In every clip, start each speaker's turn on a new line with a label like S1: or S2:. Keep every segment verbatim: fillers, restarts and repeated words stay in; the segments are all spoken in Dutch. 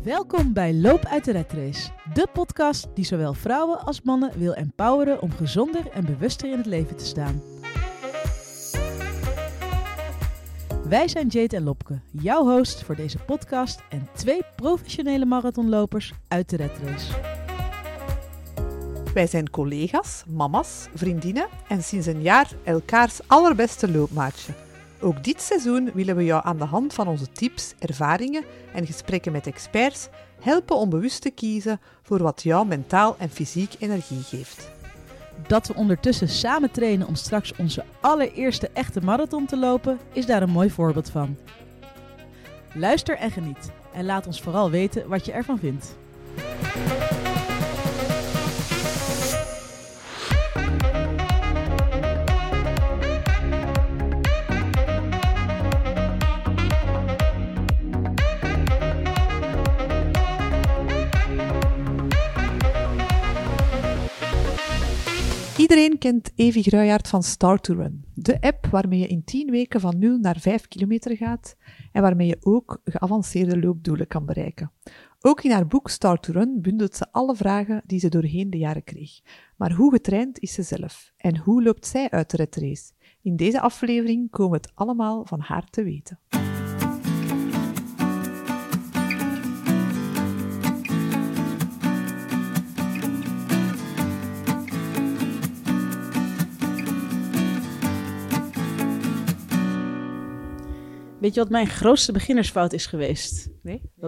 S1: Welkom bij Loop uit de Red Race, de podcast die zowel vrouwen als mannen wil empoweren om gezonder en bewuster in het leven te staan. Wij zijn Jade en Lopke, jouw host voor deze podcast en twee professionele marathonlopers uit de Red Race.
S2: Wij zijn collega's, mama's, vriendinnen en sinds een jaar elkaars allerbeste loopmaatje. Ook dit seizoen willen we jou aan de hand van onze tips, ervaringen en gesprekken met experts helpen om bewust te kiezen voor wat jou mentaal en fysiek energie geeft.
S1: Dat we ondertussen samen trainen om straks onze allereerste echte marathon te lopen, is daar een mooi voorbeeld van. Luister en geniet en laat ons vooral weten wat je ervan vindt.
S2: Iedereen kent Evie Gruijaert van Start to Run, de app waarmee je in tien weken van nul naar vijf kilometer gaat en waarmee je ook geavanceerde loopdoelen kan bereiken. Ook in haar boek Start to Run bundelt ze alle vragen die ze doorheen de jaren kreeg. Maar hoe getraind is ze zelf? En hoe loopt zij uit de Red Race? In deze aflevering komen we het allemaal van haar te weten.
S1: Weet je wat mijn grootste beginnersfout is geweest?
S2: Nee?
S1: Dat,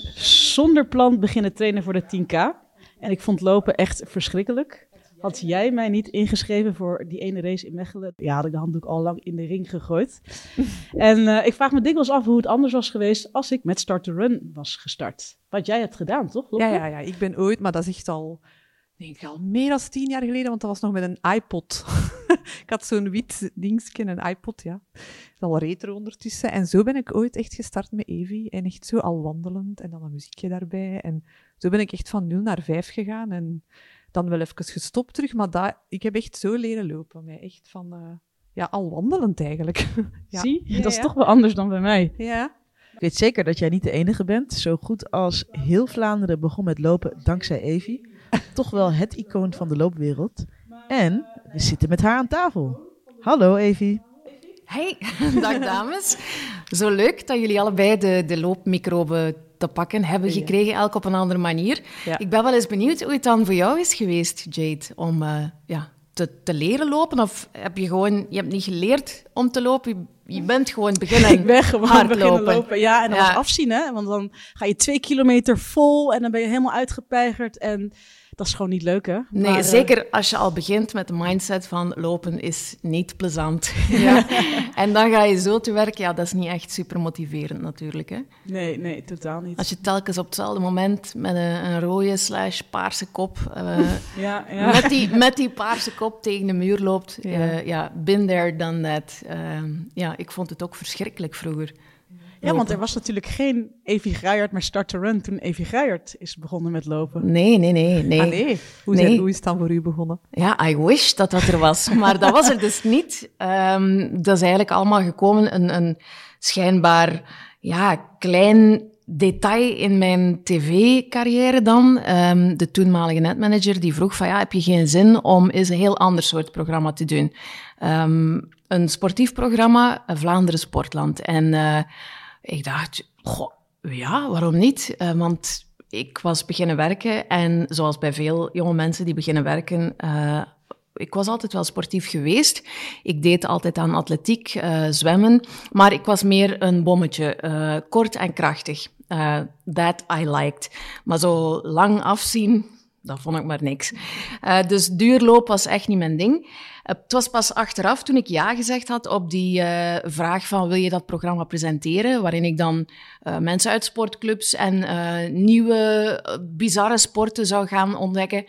S1: zonder plan beginnen trainen voor de tien K. En ik vond lopen echt verschrikkelijk. Had jij mij niet ingeschreven voor die ene race in Mechelen, ja, had ik de handdoek al lang in de ring gegooid. En uh, ik vraag me dikwijls af hoe het anders was geweest als ik met Start to Run was gestart. Wat jij hebt gedaan, toch? Lopke?
S2: Ja, ja, ja, ik ben ooit, maar dat is echt al, denk ik al meer dan tien jaar geleden, want dat was nog met een iPod. Ik had zo'n wit dingetje, een iPod, ja. Al retro ondertussen. En zo ben ik ooit echt gestart met Evie. En echt zo al wandelend. En dan een muziekje daarbij. En zo ben ik echt van nul naar vijf gegaan. En dan wel even gestopt terug. Maar dat, ik heb echt zo leren lopen. Mij echt van, uh, ja, al wandelend eigenlijk. Ja.
S1: Zie,
S2: ja,
S1: dat is
S2: ja.
S1: toch wel anders dan bij mij.
S2: Ja.
S1: Ik weet zeker dat jij niet de enige bent. Zo goed als heel Vlaanderen begon met lopen dankzij Evie. Toch wel het icoon van de loopwereld. En we zitten met haar aan tafel. Hallo Evie.
S3: Hey, dag dames. Zo leuk dat jullie allebei de, de loopmicroben te pakken hebben gekregen, elk op een andere manier.
S2: Ja.
S3: Ik ben wel eens benieuwd hoe het dan voor jou is geweest, Jade, om uh, ja, te, te leren lopen. Of heb je gewoon, je hebt niet geleerd om te lopen, je, je bent gewoon beginnen
S1: Ik ben gewoon
S3: hardlopen.
S1: beginnen lopen. Ja, en dan
S3: Ja.
S1: was afzien, hè. Want dan ga je twee kilometer vol en dan ben je helemaal uitgepeigerd en dat is gewoon niet leuk, hè?
S3: Nee,
S1: maar,
S3: zeker als je al begint met de mindset van lopen is niet plezant.
S1: Ja.
S3: En dan ga je zo te werk, ja, dat is niet echt super motiverend natuurlijk, hè.
S1: Nee, nee, totaal niet.
S3: Als je telkens op hetzelfde moment met een, een rode slash paarse kop, uh,
S1: Ja, ja.
S3: met, die, met die paarse kop tegen de muur loopt,
S2: Ja.
S3: uh, ja, been there, done that. Uh, ja, ik vond het ook verschrikkelijk vroeger.
S1: Ja, want er was natuurlijk geen Evie Gruijaert, maar Start to Run toen Evie Gruijaert is begonnen met lopen.
S3: Nee, nee, nee. nee.
S2: Ah nee, hoe,
S3: Nee.
S2: zijn, hoe is het dan voor u begonnen?
S3: Ja, I wish dat dat er was, maar dat was er dus niet. Um, dat is eigenlijk allemaal gekomen, een, een schijnbaar ja, klein detail in mijn tv-carrière dan. Um, de toenmalige netmanager die vroeg van, ja, heb je geen zin om eens een heel ander soort programma te doen? Um, een sportief programma, Vlaanderen Sportland. En uh, ik dacht, goh, ja, waarom niet? Uh, want ik was beginnen werken en zoals bij veel jonge mensen die beginnen werken, uh, ik was altijd wel sportief geweest. Ik deed altijd aan atletiek, uh, zwemmen, maar ik was meer een bommetje, uh, kort en krachtig. Uh, that I liked. Maar zo lang afzien, dat vond ik maar niks. Uh, dus duurloop was echt niet mijn ding. Uh, het was pas achteraf, toen ik ja gezegd had op die uh, vraag van wil je dat programma presenteren, waarin ik dan uh, mensen uit sportclubs en uh, nieuwe, uh, bizarre sporten zou gaan ontdekken,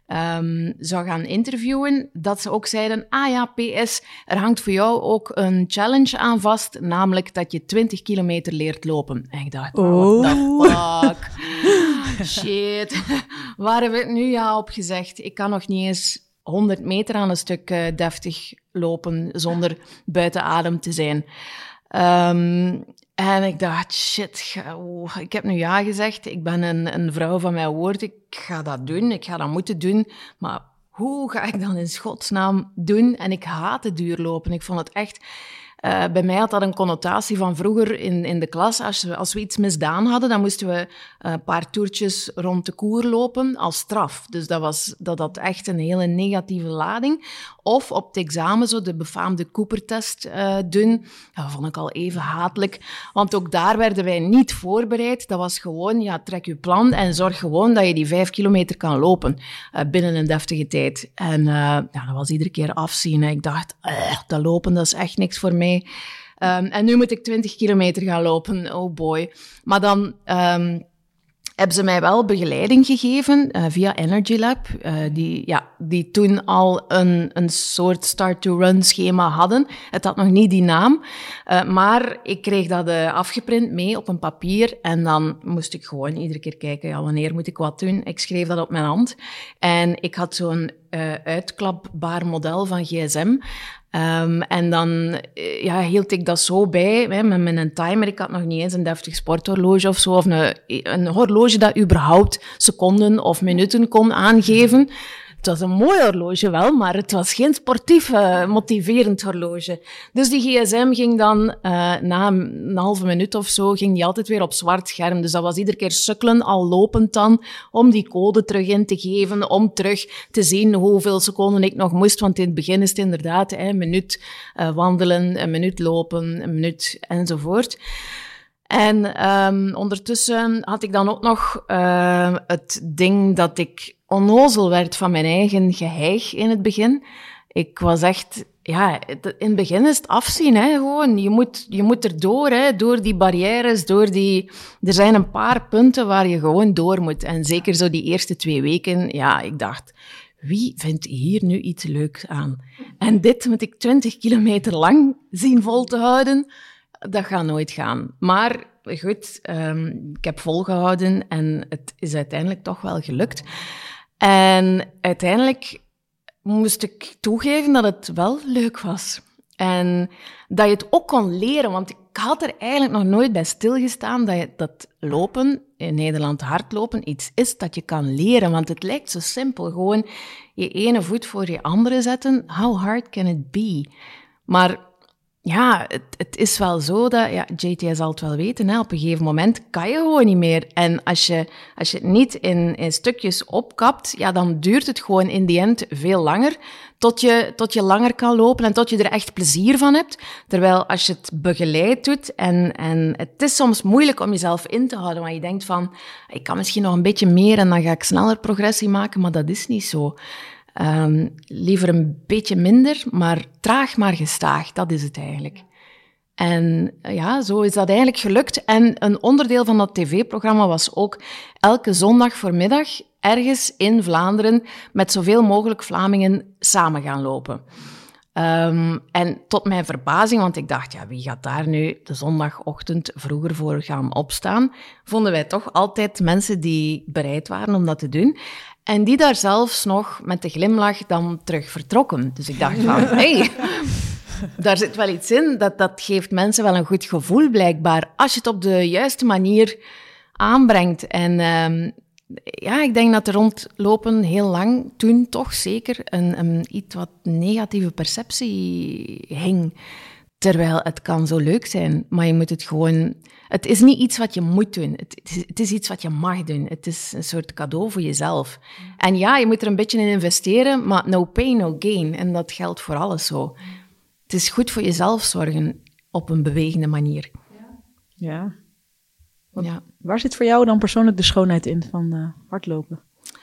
S3: um, zou gaan interviewen, dat ze ook zeiden, ah ja, P S, er hangt voor jou ook een challenge aan vast, namelijk dat je twintig kilometer leert lopen. En ik dacht, oh. what the fuck? Shit, waar heb ik nu ja op gezegd? Ik kan nog niet eens honderd meter aan een stuk uh, deftig lopen zonder buiten adem te zijn. Um, en ik dacht, shit, ga, oh, ik heb nu ja gezegd. Ik ben een, een vrouw van mijn woord. Ik ga dat doen. Ik ga dat moeten doen. Maar hoe ga ik dat in godsnaam doen? En ik haatte duurlopen. Ik vond het echt... Uh, bij mij had dat een connotatie van vroeger in, in de klas. Als we, als we iets misdaan hadden, dan moesten we uh, een paar toertjes rond de koer lopen als straf. Dus dat, was, dat had echt een hele negatieve lading. Of op het examen zo de befaamde Cooper-test uh, doen. Dat vond ik al even hatelijk. Want ook daar werden wij niet voorbereid. Dat was gewoon, ja, trek je plan en zorg gewoon dat je die vijf kilometer kan lopen uh, binnen een deftige tijd. En uh, ja, dat was iedere keer afzien. Hè. Ik dacht, uh, dat lopen, dat is echt niks voor mij. Um, en nu moet ik twintig kilometer gaan lopen. Oh boy. Maar dan um, hebben ze mij wel begeleiding gegeven uh, via Energy Lab, uh, die, ja, die toen al een, een soort start-to-run schema hadden. Het had nog niet die naam, uh, maar ik kreeg dat uh, afgeprint mee op een papier en dan moest ik gewoon iedere keer kijken, ja, wanneer moet ik wat doen? Ik schreef dat op mijn hand en ik had zo'n uh, uitklapbaar model van gsm. Um, en dan ja, hield ik dat zo bij, hè, met, met een timer. Ik had nog niet eens een deftig sporthorloge of zo, of een, een horloge dat überhaupt seconden of minuten kon aangeven. Het was een mooi horloge wel, maar het was geen sportief uh, motiverend horloge. Dus die gsm ging dan, uh, na een halve minuut of zo, ging die altijd weer op zwart scherm. Dus dat was iedere keer sukkelen, al lopend dan, om die code terug in te geven, om terug te zien hoeveel seconden ik nog moest. Want in het begin is het inderdaad hè, een minuut uh, wandelen, een minuut lopen, een minuut enzovoort. En um, ondertussen had ik dan ook nog uh, het ding dat ik onnozel werd van mijn eigen geheig in het begin. Ik was echt... Ja, in het begin is het afzien, hè, gewoon. Je moet, je moet erdoor, hè, door die barrières, door die... Er zijn een paar punten waar je gewoon door moet. En zeker zo die eerste twee weken, ja, ik dacht... Wie vindt hier nu iets leuks aan? En dit moet ik twintig kilometer lang zien vol te houden... Dat gaat nooit gaan. Maar goed, um, ik heb volgehouden en het is uiteindelijk toch wel gelukt. En uiteindelijk moest ik toegeven dat het wel leuk was. En dat je het ook kon leren, want ik had er eigenlijk nog nooit bij stilgestaan dat, je, dat lopen, in Nederland hardlopen, iets is dat je kan leren. Want het lijkt zo simpel, gewoon je ene voet voor je andere zetten. How hard can it be? Maar... Ja, het, het is wel zo dat, ja, J T zal het wel weten, hè, op een gegeven moment kan je gewoon niet meer. En als je, als je het niet in, in stukjes opkapt, ja, dan duurt het gewoon in die end veel langer, tot je, tot je langer kan lopen en tot je er echt plezier van hebt. Terwijl als je het begeleid doet, en, en het is soms moeilijk om jezelf in te houden, want je denkt van, ik kan misschien nog een beetje meer en dan ga ik sneller progressie maken, maar dat is niet zo. Um, liever een beetje minder, maar traag maar gestaag, dat is het eigenlijk. En ja, zo is dat eigenlijk gelukt. En een onderdeel van dat tv-programma was ook elke zondag voormiddag ergens in Vlaanderen met zoveel mogelijk Vlamingen samen gaan lopen. Um, en tot mijn verbazing, want ik dacht, ja, wie gaat daar nu de zondagochtend vroeger voor gaan opstaan, vonden wij toch altijd mensen die bereid waren om dat te doen. En die daar zelfs nog met de glimlach dan terug vertrokken. Dus ik dacht van, hey, daar zit wel iets in. Dat, dat geeft mensen wel een goed gevoel, blijkbaar. Als je het op de juiste manier aanbrengt. En um, ja, ik denk dat er rondlopen heel lang, toen toch zeker, een, een iets wat negatieve perceptie hing. Terwijl het kan zo leuk zijn, maar je moet het gewoon... Het is niet iets wat je moet doen. Het is, het is iets wat je mag doen. Het is een soort cadeau voor jezelf. En ja, je moet er een beetje in investeren, maar no pain, no gain. En dat geldt voor alles zo. Het is goed voor jezelf zorgen op een bewegende manier.
S1: Ja. Wat,
S3: ja.
S1: Waar zit voor jou dan persoonlijk de schoonheid in van uh, hardlopen?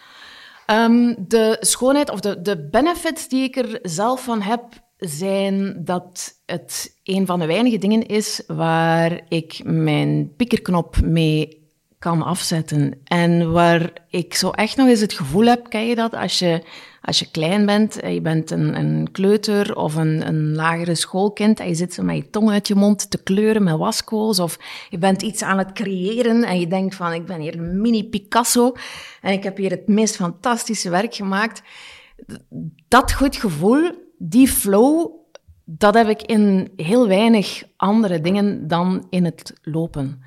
S3: Um, de schoonheid of de, de benefits die ik er zelf van heb, zijn dat het een van de weinige dingen is waar ik mijn piekerknop mee kan afzetten. En waar ik zo echt nog eens het gevoel heb, ken je dat, als je, als je klein bent, je bent een, een kleuter of een, een lagere schoolkind en je zit zo met je tong uit je mond te kleuren met waskoos, of je bent iets aan het creëren en je denkt van, ik ben hier een mini Picasso en ik heb hier het meest fantastische werk gemaakt. Dat goed gevoel, die flow, dat heb ik in heel weinig andere dingen dan in het lopen.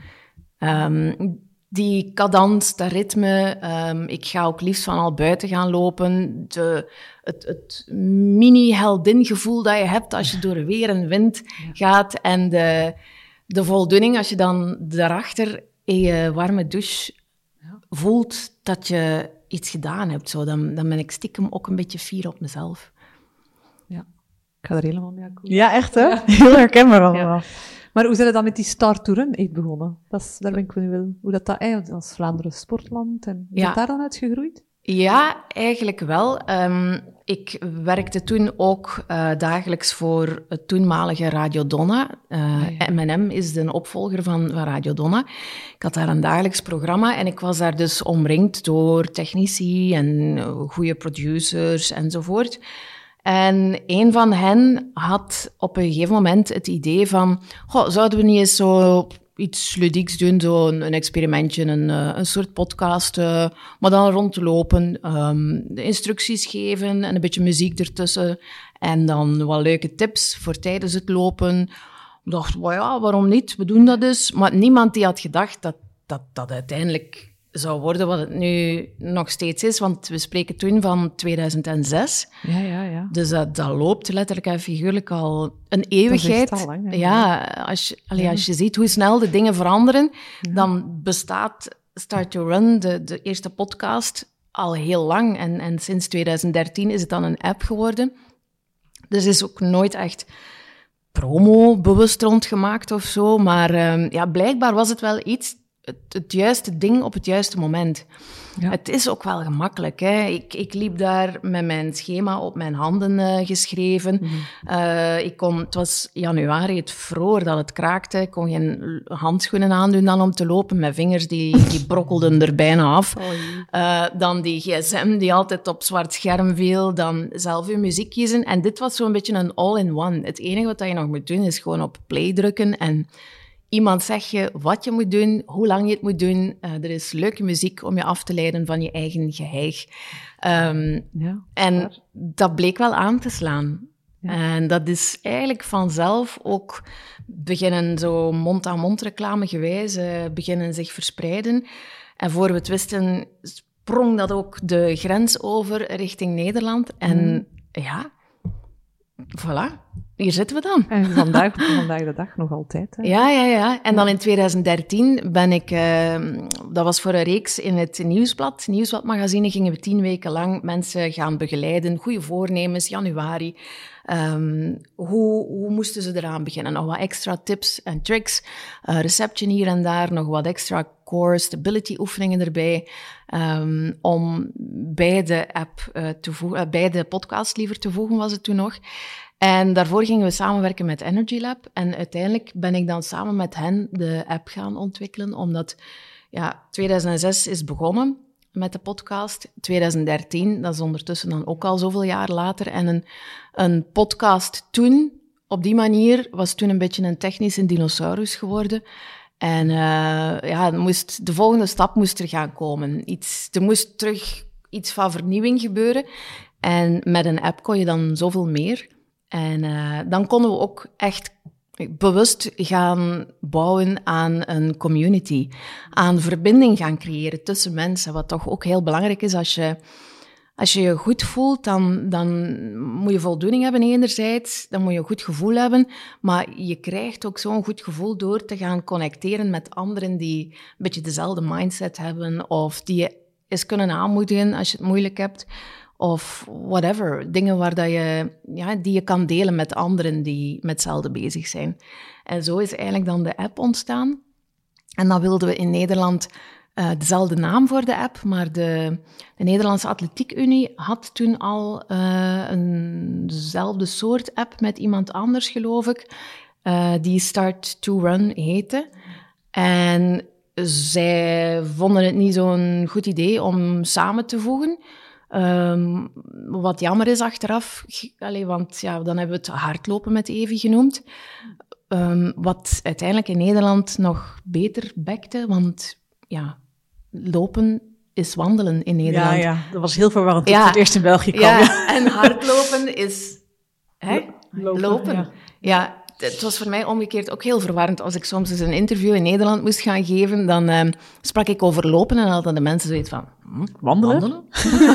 S3: Um, die cadans, dat ritme, um, ik ga ook liefst van al buiten gaan lopen. De, het het mini-heldin-gevoel dat je hebt als je door weer en wind gaat. En de, de voldoening als je dan daarachter in je warme douche voelt dat je iets gedaan hebt. Zo, dan, dan ben ik stiekem ook een beetje fier op mezelf.
S2: Ja, ik ga er helemaal mee akkoord.
S1: Ja, echt hè? Ja. Heel herkenbaar allemaal.
S2: Ja. Maar hoe zijn het dan met die Start to Run echt begonnen? Dat is, daar ben ik benieuwd. Hoe dat, dat eigenlijk als Vlaanderen sportland, en is
S3: ja.
S2: dat daar dan uitgegroeid?
S3: Ja, eigenlijk wel. Um, ik werkte toen ook uh, dagelijks voor het toenmalige Radio Donna. Uh, ja, ja. M en M is de opvolger van, van Radio Donna. Ik had daar een dagelijks programma en ik was daar dus omringd door technici en goede producers enzovoort. En een van hen had op een gegeven moment het idee van, goh, zouden we niet eens zo iets ludieks doen, zo een, een experimentje, een, een soort podcast, uh, maar dan rondlopen, um, de instructies geven en een beetje muziek ertussen en dan wat leuke tips voor tijdens het lopen. Ik dacht, well, ja, waarom niet? We doen dat dus. Maar niemand die had gedacht dat dat, dat uiteindelijk zou worden wat het nu nog steeds is, want we spreken toen van tweeduizend zes.
S2: Ja, ja, ja.
S3: Dus dat, dat loopt letterlijk en figuurlijk al een eeuwigheid.
S2: Dat is echt al lang, hè?
S3: Ja, als je, allee, als je ziet hoe snel de dingen veranderen, ja. dan bestaat Start to Run, de, de eerste podcast, al heel lang. En, en sinds tweeduizend dertien is het dan een app geworden. Dus er is ook nooit echt promo bewust rondgemaakt of zo. Maar um, ja, blijkbaar was het wel iets, het, het juiste ding op het juiste moment. Ja. Het is ook wel gemakkelijk. Hè? Ik, ik liep daar met mijn schema op mijn handen uh, geschreven. Mm-hmm. Uh, ik kon, het was januari, het vroor dat het kraakte. Ik kon geen handschoenen aandoen dan om te lopen. Mijn vingers die, die brokkelden er bijna af. Oh, uh, dan die gsm die altijd op zwart scherm viel. Dan zelf je muziek kiezen. En dit was zo'n beetje een all-in-one. Het enige wat je nog moet doen is gewoon op play drukken en iemand zegt je wat je moet doen, hoe lang je het moet doen. Uh, er is leuke muziek om je af te leiden van je eigen geheig. Um, ja, en waar. Dat bleek wel aan te slaan. Ja. En dat is eigenlijk vanzelf ook beginnen zo mond-aan-mond reclame gewijs, uh, beginnen zich verspreiden. En voor we het wisten, sprong dat ook de grens over richting Nederland. En mm. ja, voilà. Hier zitten we dan.
S2: En vandaag, vandaag de dag nog altijd. Hè?
S3: Ja, ja, ja. En dan in tweeduizend dertien ben ik... Uh, dat was voor een reeks in het Nieuwsblad. Nieuwsblad magazine gingen we tien weken lang mensen gaan begeleiden. Goede voornemens, januari. Um, hoe, hoe moesten ze eraan beginnen? Nog wat extra tips en tricks. Uh, receptje hier en daar. Nog wat extra core stability oefeningen erbij. Um, om bij de app uh, te voegen... Uh, bij de podcast liever te voegen was het toen nog. En daarvoor gingen we samenwerken met Energy Lab. En uiteindelijk ben ik dan samen met hen de app gaan ontwikkelen. Omdat, ja, tweeduizend zes is begonnen met de podcast. tweeduizend dertien, dat is ondertussen dan ook al zoveel jaar later. En een, een podcast toen, op die manier, was toen een beetje een technische dinosaurus geworden. En uh, ja, moest, de volgende stap moest er gaan komen. Iets, er moest terug iets van vernieuwing gebeuren. En met een app kon je dan zoveel meer. En uh, dan konden we ook echt bewust gaan bouwen aan een community. Aan verbinding gaan creëren tussen mensen. Wat toch ook heel belangrijk is. Als je als je, je goed voelt, dan, dan moet je voldoening hebben enerzijds. Dan moet je een goed gevoel hebben. Maar je krijgt ook zo'n goed gevoel door te gaan connecteren met anderen die een beetje dezelfde mindset hebben. Of die je eens kunnen aanmoedigen als je het moeilijk hebt. Of whatever, dingen waar dat je, ja, die je kan delen met anderen die met hetzelfde bezig zijn. En zo is eigenlijk dan de app ontstaan. En dan wilden we in Nederland uh, dezelfde naam voor de app, maar de, de Nederlandse Atletiek Unie had toen al uh, eenzelfde soort app met iemand anders, geloof ik, uh, die Start to Run heette. En zij vonden het niet zo'n goed idee om samen te voegen. Um, wat jammer is achteraf, allee, want ja, dan hebben we het hardlopen met Evi genoemd. Um, wat uiteindelijk in Nederland nog beter bekte, want ja, lopen is wandelen in Nederland.
S1: Ja, ja. Dat was heel verwarrend toen ja. het eerst in België kwam.
S3: Ja, en hardlopen is... Hè?
S1: Lopen.
S3: Lopen.
S1: Ja.
S3: Ja, het was voor mij omgekeerd ook heel verwarrend. Als ik soms eens een interview in Nederland moest gaan geven, dan uh, sprak ik over lopen en hadden de mensen zoiets van... Hm,
S1: Wandelen?
S3: wandelen?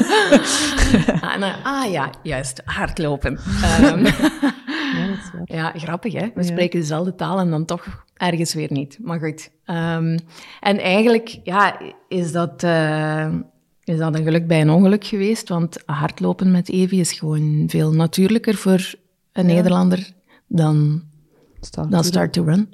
S3: en, uh, ah ja, juist, hardlopen. Um,
S2: Ja, dat is waar.
S3: ja, grappig hè. We
S2: Ja.
S3: spreken dezelfde taal en dan toch ergens weer niet. Maar goed. Um, en eigenlijk ja, is, dat, uh, is dat een geluk bij een ongeluk geweest, want hardlopen met Evi is gewoon veel natuurlijker voor een
S2: Ja.
S3: Nederlander dan,
S2: Start
S3: dan
S2: to
S3: Start to Run.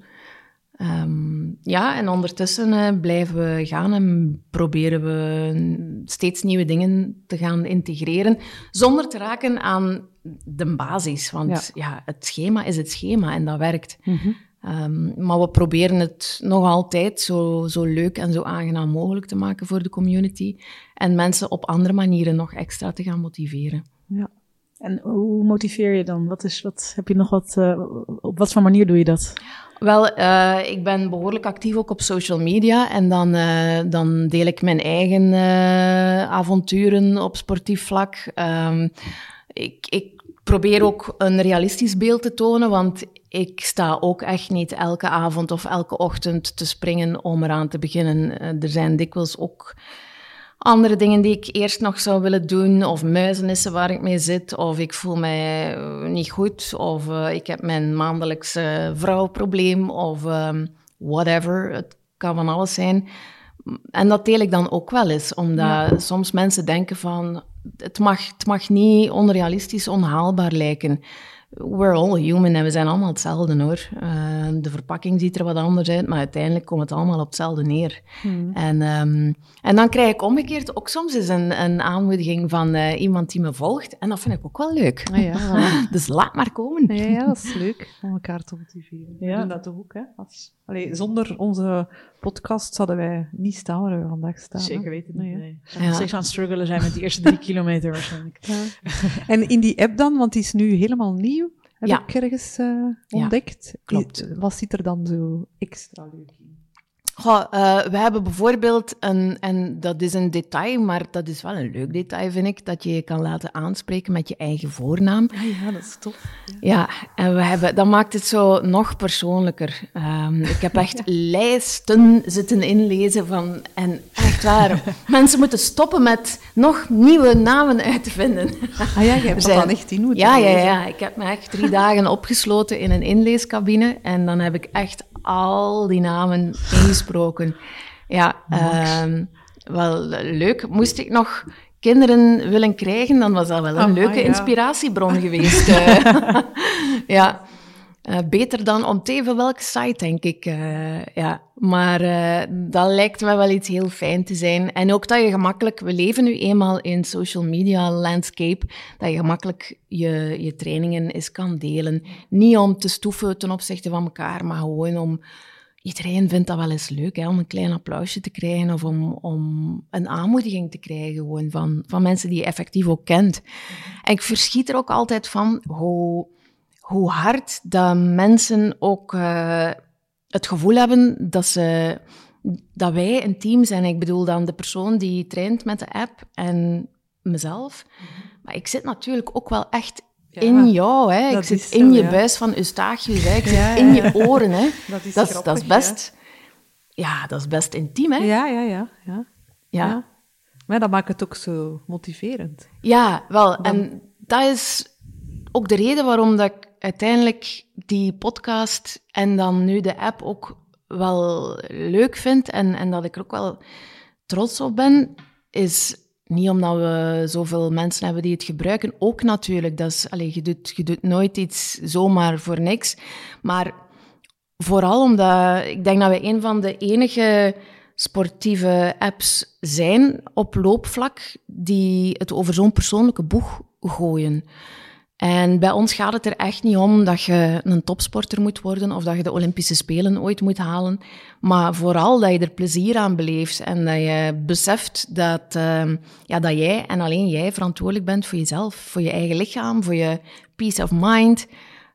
S3: Um, ja, en ondertussen uh, blijven we gaan en proberen we steeds nieuwe dingen te gaan integreren, zonder te raken aan de basis. Want ja. ja, het schema is het schema en dat werkt.
S2: Mm-hmm.
S3: Um, maar we proberen het nog altijd zo, zo leuk en zo aangenaam mogelijk te maken voor de community. En mensen op andere manieren nog extra te gaan motiveren.
S2: Ja.
S1: En hoe motiveer je dan? Wat is, wat, heb je nog wat, uh, op wat voor manier doe je dat?
S3: Wel, uh, ik ben behoorlijk actief ook op social media en dan, uh, dan deel ik mijn eigen uh, avonturen op sportief vlak. Um, ik, ik probeer ook een realistisch beeld te tonen, want ik sta ook echt niet elke avond of elke ochtend te springen om eraan te beginnen. Uh, er zijn dikwijls ook andere dingen die ik eerst nog zou willen doen, of muizenissen waar ik mee zit, of ik voel mij niet goed, of uh, ik heb mijn maandelijkse vrouwprobleem, of um, whatever. Het kan van alles zijn. En dat deel ik dan ook wel eens, omdat ja. soms mensen denken van, het mag, het mag niet onrealistisch, onhaalbaar lijken. We're all human en we zijn allemaal hetzelfde hoor. Uh, de verpakking ziet er wat anders uit, maar uiteindelijk komt het allemaal op hetzelfde neer. Hmm. En, um, en dan krijg ik omgekeerd ook soms eens een, een aanmoediging van uh, iemand die me volgt. En dat vind ik ook wel leuk.
S2: Ah, ja, voilà.
S3: Dus laat maar komen.
S2: Ja, ja, dat is leuk om elkaar te motiveren.
S1: Ja.
S2: We doen dat toch ook, hè? Als, allee, zonder onze podcast zouden wij niet staan waar we vandaag staan.
S1: Zeker
S2: hè?
S1: weten.
S2: Nee,
S1: Nee,
S2: ja.
S1: ja. Steeds aan het struggelen zijn met die eerste drie kilometer waarschijnlijk.
S2: Ja. En in die app dan, want die is nu helemaal nieuw, heb
S3: ja.
S2: ik ergens uh, ontdekt.
S3: Ja, klopt.
S2: Wat zit er dan zo extra leuk in?
S3: Goh, uh, we hebben bijvoorbeeld een, en dat is een detail, maar dat is wel een leuk detail, vind ik, dat je je kan laten aanspreken met je eigen voornaam.
S2: Ah ja, dat is tof.
S3: Ja, ja en we hebben, dat maakt het zo nog persoonlijker. Um, ik heb echt lijsten zitten inlezen van, en echt waar, mensen moeten stoppen met nog nieuwe namen uit te vinden.
S2: Ah ja, je hebt dat dan echt in moeten
S3: ja, ja,
S2: lezen.
S3: ja, ik heb me echt drie dagen opgesloten in een inleescabine en dan heb ik echt al die namen ingesproken. Ja, um, wel leuk. Moest ik nog kinderen willen krijgen, dan was dat wel een
S2: oh,
S3: leuke
S2: ja.
S3: inspiratiebron geweest. uh, ja, uh, beter dan om te even welke site, denk ik. Uh, ja. Maar uh, dat lijkt me wel iets heel fijn te zijn. En ook dat je gemakkelijk... We leven nu eenmaal in social media landscape, dat je gemakkelijk je, je trainingen eens kan delen. Niet om te stoeven ten opzichte van elkaar, maar gewoon om... Iedereen vindt dat wel eens leuk, hè, om een klein applausje te krijgen of om, om een aanmoediging te krijgen gewoon van, van mensen die je effectief ook kent. En ik verschiet er ook altijd van hoe, hoe hard dat mensen ook uh, het gevoel hebben dat, ze, dat wij een team zijn. Ik bedoel dan de persoon die traint met de app en mezelf. Maar ik zit natuurlijk ook wel echt... Ja, in jou, hè. Ik zit
S2: zo,
S3: in je
S2: ja.
S3: buis van Eustachius, hè. Ik zit
S2: ja,
S3: in
S2: ja,
S3: je oren, hè.
S2: Dat is,
S3: dat is,
S2: grappig,
S3: dat is best... Ja. ja, dat is best intiem, hè.
S2: Ja, ja, ja. ja.
S3: ja.
S2: ja. Maar dat maakt het ook zo motiverend.
S3: Ja, wel.
S2: Dan...
S3: En dat is ook de reden waarom dat ik uiteindelijk die podcast en dan nu de app ook wel leuk vind en, en dat ik er ook wel trots op ben, is... Niet omdat we zoveel mensen hebben die het gebruiken, ook natuurlijk. Dat is, allez, je, doet, je doet nooit iets zomaar voor niks. Maar vooral omdat ik denk dat we een van de enige sportieve apps zijn op loopvlak die het over zo'n persoonlijke boeg gooien. En bij ons gaat het er echt niet om dat je een topsporter moet worden of dat je de Olympische Spelen ooit moet halen, maar vooral dat je er plezier aan beleeft en dat je beseft dat, uh, ja, dat jij en alleen jij verantwoordelijk bent voor jezelf, voor je eigen lichaam, voor je peace of mind.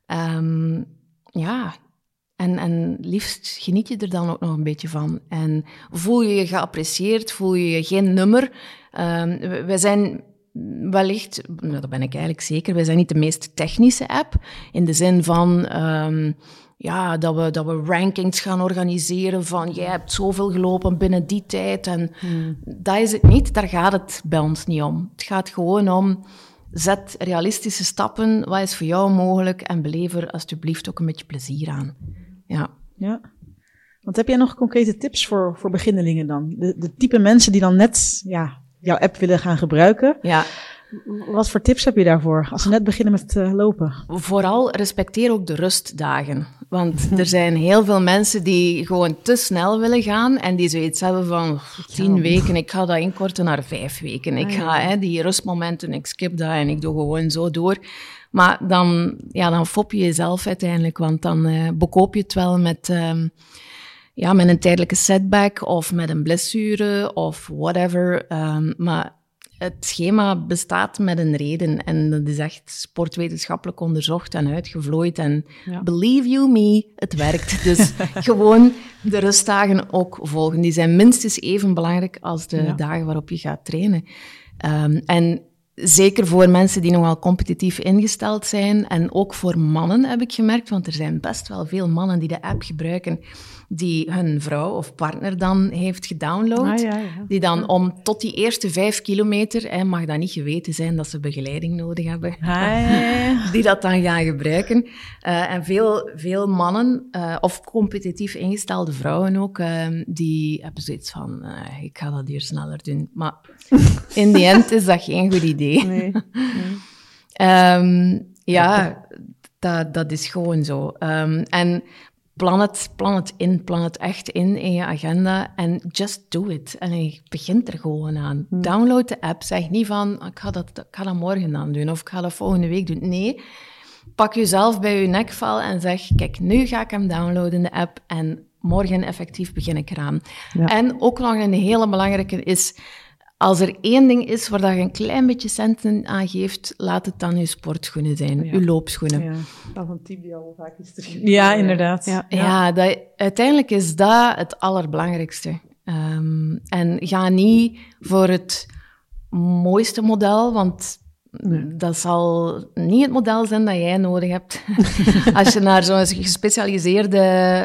S3: Um, ja, en, en liefst geniet je er dan ook nog een beetje van. En voel je je geapprecieerd, voel je je geen nummer. Um, we zijn... wellicht, nou, dat ben ik eigenlijk zeker, wij zijn niet de meest technische app, in de zin van... Um, Ja, dat we, dat we rankings gaan organiseren van jij hebt zoveel gelopen binnen die tijd. En hmm. dat is het niet, daar gaat het bij ons niet om. Het gaat gewoon om, zet realistische stappen, wat is voor jou mogelijk en beleef er alsjeblieft ook een beetje plezier aan. Ja.
S1: Ja. Want heb jij nog concrete tips voor, voor beginnelingen dan? De, de type mensen die dan net ja, jouw app willen gaan gebruiken.
S3: Ja.
S1: Wat voor tips heb je daarvoor, als ze net beginnen met uh, lopen?
S3: Vooral respecteer ook de rustdagen. Want er zijn heel veel mensen die gewoon te snel willen gaan en die zoiets hebben van tien weken, ik ga dat inkorten naar vijf weken. Ik ga hè, die rustmomenten, ik skip dat en ik doe gewoon zo door. Maar dan, ja, dan fop je jezelf uiteindelijk, want dan uh, bekoop je het wel met... Um, ja, met een tijdelijke setback of met een blessure of whatever. Um, maar het schema bestaat met een reden en dat is echt sportwetenschappelijk onderzocht en uitgevlooid. En ja. Believe you me, het werkt. Dus gewoon de rustdagen ook volgen. Die zijn minstens even belangrijk als de ja. dagen waarop je gaat trainen. Um, en zeker voor mensen die nogal competitief ingesteld zijn en ook voor mannen heb ik gemerkt, want er zijn best wel veel mannen die de app gebruiken die hun vrouw of partner dan heeft gedownload. Ah, ja, ja. Die dan om tot die eerste vijf kilometer, hè, mag dat niet geweten zijn dat ze begeleiding nodig hebben, ah, ja. die dat dan gaan gebruiken. Uh, en veel, veel mannen, uh, of competitief ingestelde vrouwen ook, uh, die hebben zoiets van, uh, ik ga dat hier sneller doen. Maar in the end is dat geen goed idee. Nee. nee. um, ja, dat, dat is gewoon zo. Um, en Plan het, plan het in, plan het echt in in je agenda en just do it. En je begint er gewoon aan. Hmm. Download de app. Zeg niet van, ik ga, dat, ik ga dat morgen dan doen of ik ga dat volgende week doen. Nee, pak jezelf bij je nekvel en zeg, kijk, nu ga ik hem downloaden, de app, en morgen effectief begin ik eraan. Ja. En ook nog een hele belangrijke is, als er één ding is waar je een klein beetje centen aan geeft, laat het dan je sportschoenen zijn, ja. je loopschoenen.
S2: Ja. Dat is een tip die al vaak is terug.
S1: Ja, inderdaad. Ja,
S3: ja. ja dat, uiteindelijk is dat het allerbelangrijkste. Um, en ga niet voor het mooiste model, want nee. dat zal niet het model zijn dat jij nodig hebt. Als je naar zo'n gespecialiseerde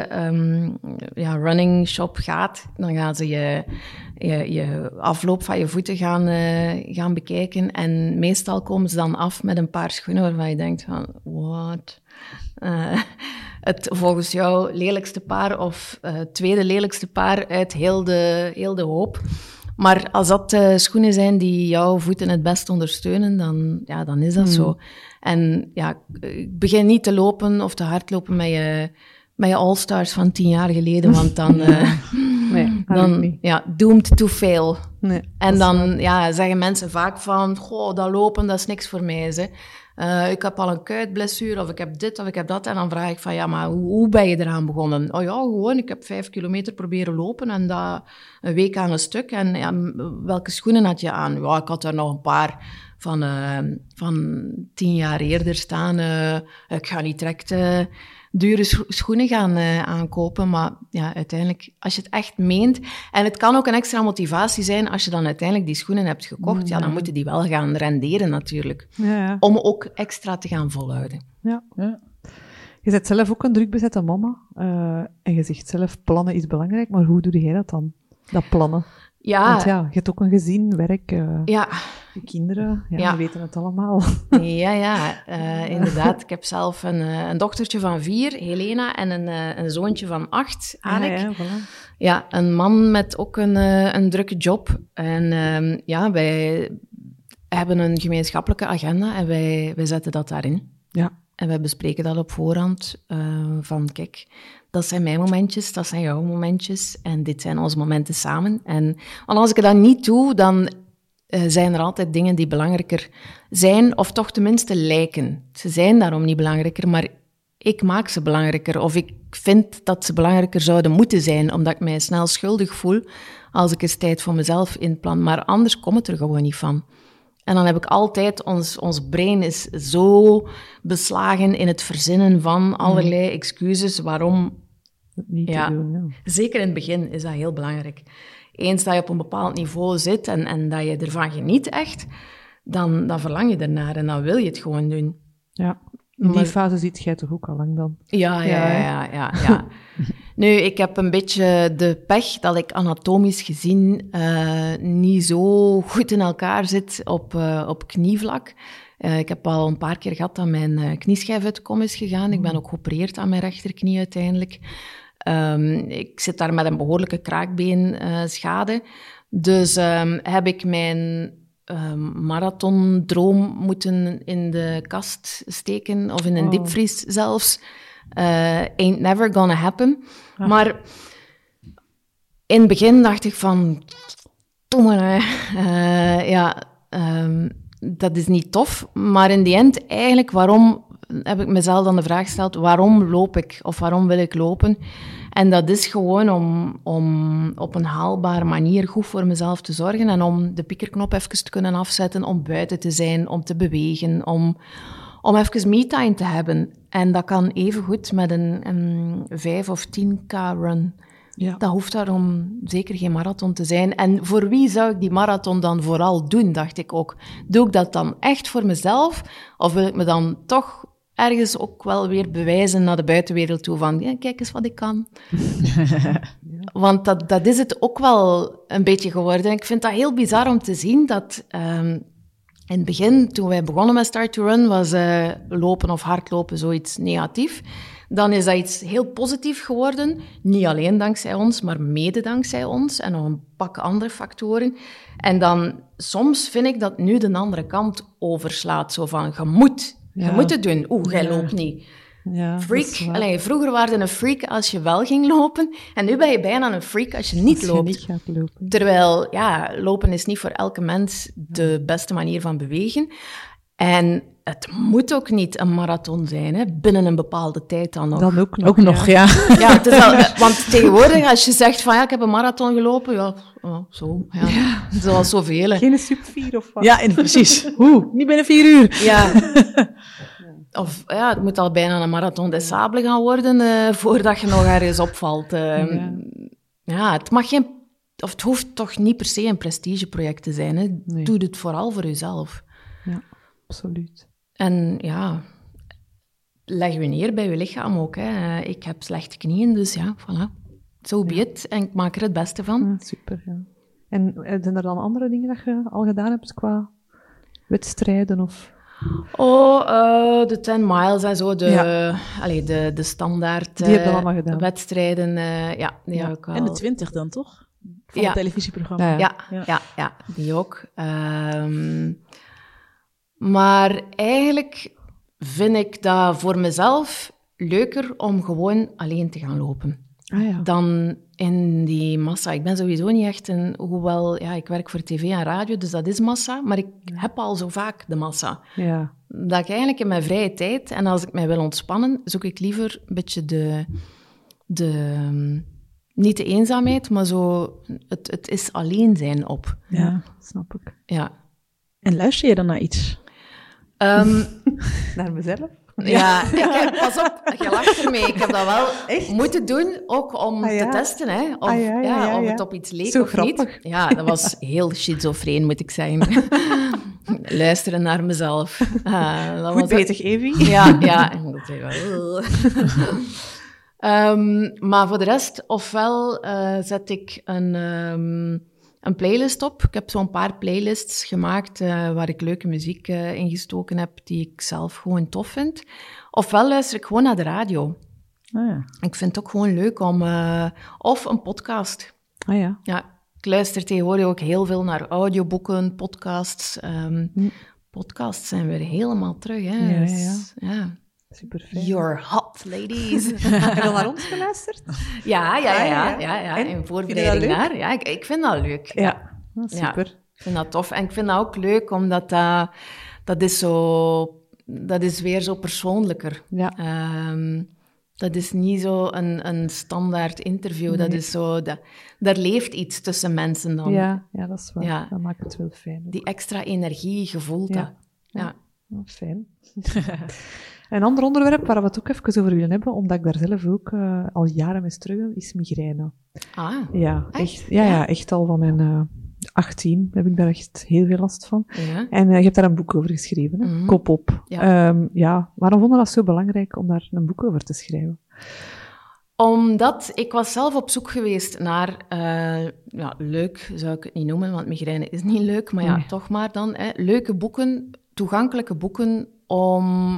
S3: um, ja, running shop gaat, dan gaan ze je... Je, je afloop van je voeten gaan, uh, gaan bekijken. En meestal komen ze dan af met een paar schoenen waarvan je denkt van, what? Uh, het volgens jou lelijkste paar of uh, tweede lelijkste paar uit heel de, heel de hoop. Maar als dat uh, schoenen zijn die jouw voeten het best ondersteunen, dan, ja, dan is dat mm. zo. En ja, begin niet te lopen of te hardlopen met je, met je all-stars van tien jaar geleden, want dan... Uh, Nee, dan, ja, doomed to fail. Nee, en dan ja, zeggen mensen vaak van, goh, dat lopen, dat is niks voor mij. Hè. Uh, ik heb al een kuitblessure, of ik heb dit, of ik heb dat. En dan vraag ik van, ja, maar hoe, hoe ben je eraan begonnen? Oh ja, gewoon, ik heb vijf kilometer proberen lopen en dat een week aan een stuk. En ja, welke schoenen had je aan? Ja, ik had er nog een paar van, uh, van tien jaar eerder staan. Uh, ik ga niet direct... Uh, dure scho- schoenen gaan uh, aankopen, maar ja, uiteindelijk, als je het echt meent, en het kan ook een extra motivatie zijn als je dan uiteindelijk die schoenen hebt gekocht, mm, ja, dan ja. moeten die wel gaan renderen natuurlijk, ja, ja. om ook extra te gaan volhouden.
S2: Ja, ja. Je bent zelf ook een drukbezette mama, uh, en je zegt zelf, plannen is belangrijk, maar hoe doe jij dat dan, dat plannen?
S3: Ja.
S2: Want ja, je hebt ook een gezin, werk, uh,
S3: ja.
S2: je kinderen, ja, ja. we weten het allemaal.
S3: Ja, ja, uh, inderdaad. Ik heb zelf een, uh, een dochtertje van vier, Helena, en een, uh, een zoontje van acht, Arik. Ja, ja, voilà. Ja, een man met ook een, uh, een drukke job. En uh, ja, wij hebben een gemeenschappelijke agenda en wij, wij zetten dat daarin. Ja. En wij bespreken dat op voorhand, uh, van kijk... Dat zijn mijn momentjes, dat zijn jouw momentjes en dit zijn onze momenten samen. En, want als ik dat niet doe, dan uh, zijn er altijd dingen die belangrijker zijn, of toch tenminste lijken. Ze zijn daarom niet belangrijker, maar ik maak ze belangrijker. Of ik vind dat ze belangrijker zouden moeten zijn, omdat ik mij snel schuldig voel als ik eens tijd voor mezelf inplan. Maar anders komt het er gewoon niet van. En dan heb ik altijd, ons, ons brein is zo beslagen in het verzinnen van allerlei excuses waarom...
S2: Niet
S3: ja,
S2: te doen, ja.
S3: Zeker in het begin is dat heel belangrijk. Eens dat je op een bepaald niveau zit en, en dat je ervan geniet echt, dan, dan verlang je ernaar en dan wil je het gewoon doen.
S2: Ja, in die
S3: Maar-
S2: fase zit jij toch ook al lang dan?
S3: Ja, ja,
S2: Ja,
S3: ja, ja, ja. ja. Nu, ik heb een beetje de pech dat ik anatomisch gezien uh, niet zo goed in elkaar zit op, uh, op knievlak. Uh, ik heb al een paar keer gehad dat mijn uh, knieschijf uit de kom is gegaan. Ik ben ook geopereerd aan mijn rechterknie uiteindelijk. Um, ik zit daar met een behoorlijke kraakbeenschade. Uh, dus um, heb ik mijn um, marathondroom moeten in de kast steken, of in een
S2: Oh.
S3: diepvries zelfs. Uh, ain't never gonna happen.
S2: Ah.
S3: Maar in het begin dacht ik van... Domme, hè. Uh, ja, um, dat is niet tof. Maar in die end, eigenlijk, waarom... heb ik mezelf dan de vraag gesteld, waarom loop ik? Of waarom wil ik lopen? En dat is gewoon om, om op een haalbare manier goed voor mezelf te zorgen en om de piekerknop even te kunnen afzetten, om buiten te zijn, om te bewegen, om, om even me-time te hebben. En dat kan evengoed met een, een vijf of tien k run.
S2: Ja.
S3: Dat hoeft daarom zeker geen marathon te zijn. En voor wie zou ik die marathon dan vooral doen, dacht ik ook. Doe ik dat dan echt voor mezelf? Of wil ik me dan toch ergens ook wel weer bewijzen naar de buitenwereld toe van, ja, kijk eens wat ik kan. Ja. Want dat, dat is het ook wel een beetje geworden. Ik vind dat heel bizar om te zien dat um, in het begin, toen wij begonnen met Start to Run, was uh, lopen of hardlopen zoiets negatief. Dan is dat iets heel positief geworden. Niet alleen dankzij ons, maar mede dankzij ons. En nog een pak andere factoren. En dan, soms vind ik dat nu de andere kant overslaat. Zo van, je moet... Je
S2: Ja.
S3: moet het doen. Oeh, jij
S2: Ja.
S3: loopt niet.
S2: Ja,
S3: Freak. Allee, vroeger waren je een freak als je wel ging lopen. En nu ben je bijna een freak als je niet
S2: als
S3: loopt.
S2: je niet gaat lopen.
S3: Terwijl, ja, lopen is niet voor elke mens de beste manier van bewegen. En het moet ook niet een marathon zijn, hè, binnen een bepaalde tijd dan nog.
S2: Dan ook nog.
S1: Ook nog, ja.
S3: Ja, het is wel, want tegenwoordig, als je zegt van ja, ik heb een marathon gelopen, ja, oh, zo, ja,
S2: Ja.
S3: zoals zoveel. hè.
S2: Geen sub vier of wat?
S1: Ja, en precies. Hoe? Niet binnen vier uur.
S3: Ja. Of ja, het moet al bijna een marathon des sables gaan worden uh, voordat je nog ergens opvalt. Uh,
S2: Ja.
S3: ja, het mag geen, of het hoeft toch niet per se een prestigeproject te zijn. Hè.
S2: Nee.
S3: Doe het vooral voor jezelf.
S2: Ja, absoluut.
S3: En ja, leg je neer bij je lichaam ook. Hè. Ik heb slechte knieën, dus ja, voilà. So be it. En ik maak er het beste van.
S2: Ja, super, ja. En eh, zijn er dan andere dingen dat je al gedaan hebt qua wedstrijden of...
S3: Oh, uh, de tien miles en zo, de,
S2: Ja.
S3: allee, de, de standaard
S2: Die heb je
S3: uh,
S2: allemaal gedaan.
S3: wedstrijden. Uh, ja, die
S2: Ja.
S3: heb ik al.
S1: En de twintig dan, toch? Van
S3: Ja.
S1: het televisieprogramma.
S2: Ja,
S3: Ja,
S1: Ja.
S3: ja. ja, die ook. Um, maar eigenlijk vind ik dat voor mezelf leuker om gewoon alleen te gaan lopen.
S2: Ah ja.
S3: Dan in die massa. Ik ben sowieso niet echt een... Hoewel, ja, ik werk voor tv en radio, dus dat is massa. Maar ik heb al zo vaak de massa.
S2: Ja.
S3: Dat ik eigenlijk in mijn vrije tijd, en als ik mij wil ontspannen, zoek ik liever een beetje de... de niet de eenzaamheid, maar zo het, het is alleen zijn op.
S1: Ja.
S2: Snap ik.
S3: Ja.
S1: En luister je dan naar iets?
S3: Um,
S2: Naar mezelf?
S3: ja, ik heb, pas op, je lacht ermee. Ik heb dat wel
S2: Echt?
S3: moeten doen, ook om
S2: Ah, ja?
S3: te testen, hè. Of,
S2: Ah, ja, ja, ja,
S3: of
S2: ja.
S3: het op iets leek
S2: Zo
S3: of
S2: grappig.
S3: niet. Ja, dat was heel schizofreen, moet ik zeggen. Luisteren naar mezelf. Uh, dat
S2: Goed
S3: was
S2: bezig, Evie.
S3: Ja, ja. En dat zei wel... um, maar voor de rest, ofwel uh, zet ik een, um, een playlist op. Ik heb zo'n paar playlists gemaakt uh, waar ik leuke muziek uh, in gestoken heb, die ik zelf gewoon tof vind. Ofwel luister ik gewoon naar de radio.
S1: Ah, ja.
S3: Ik vind het ook gewoon leuk om... Uh, of een podcast.
S2: Ah ja.
S3: Ja, ik luister tegenwoordig ook heel veel naar audioboeken, podcasts. Um,
S2: Hm.
S3: Podcasts zijn weer helemaal terug, hè.
S2: Ja, ja,
S3: Dus, ja.
S2: Super fijn.
S3: You're hot, ladies.
S2: Heb je dan naar ons geluisterd?
S3: Ja, ja, ja, ja,
S2: Ah, ja.
S3: ja, ja.
S2: En?
S3: In
S2: Vind
S3: voorbereiding
S2: je dat leuk?
S3: naar. Ja, ik, ik vind dat leuk.
S2: Ja. Ah, super.
S3: Ik vind dat tof. En ik vind dat ook leuk, omdat dat, dat is zo... Dat is weer zo persoonlijker.
S2: Ja.
S3: Um, dat is niet zo een, een standaard interview. Dat
S2: Nee.
S3: is zo... Dat, daar leeft iets tussen mensen dan.
S2: Ja, ja, dat is waar.
S3: Ja.
S2: Dat maakt het wel fijn. ook.
S3: Die extra energie, je voelt
S2: Ja.
S3: dat. Ja.
S2: Ja, fijn. Een ander onderwerp waar we het ook even over willen hebben, omdat ik daar zelf ook uh, al jaren mee struggle, is migraine.
S3: Ah,
S2: Ja,
S3: Echt?
S2: echt, ja, ja.
S3: Ja?
S2: echt al van mijn uh, achttien heb ik daar echt heel veel last van.
S3: Ja.
S2: En uh, je hebt daar een boek over geschreven, hè?
S3: Mm-hmm.
S2: Kop op.
S3: Ja.
S2: Um, ja, waarom vond je dat zo belangrijk om daar een boek over te schrijven?
S3: Omdat ik was zelf op zoek geweest naar, uh, ja, leuk zou ik het niet noemen, want migraine is niet leuk, maar ja, nee. toch maar dan, hè, leuke boeken, toegankelijke boeken om,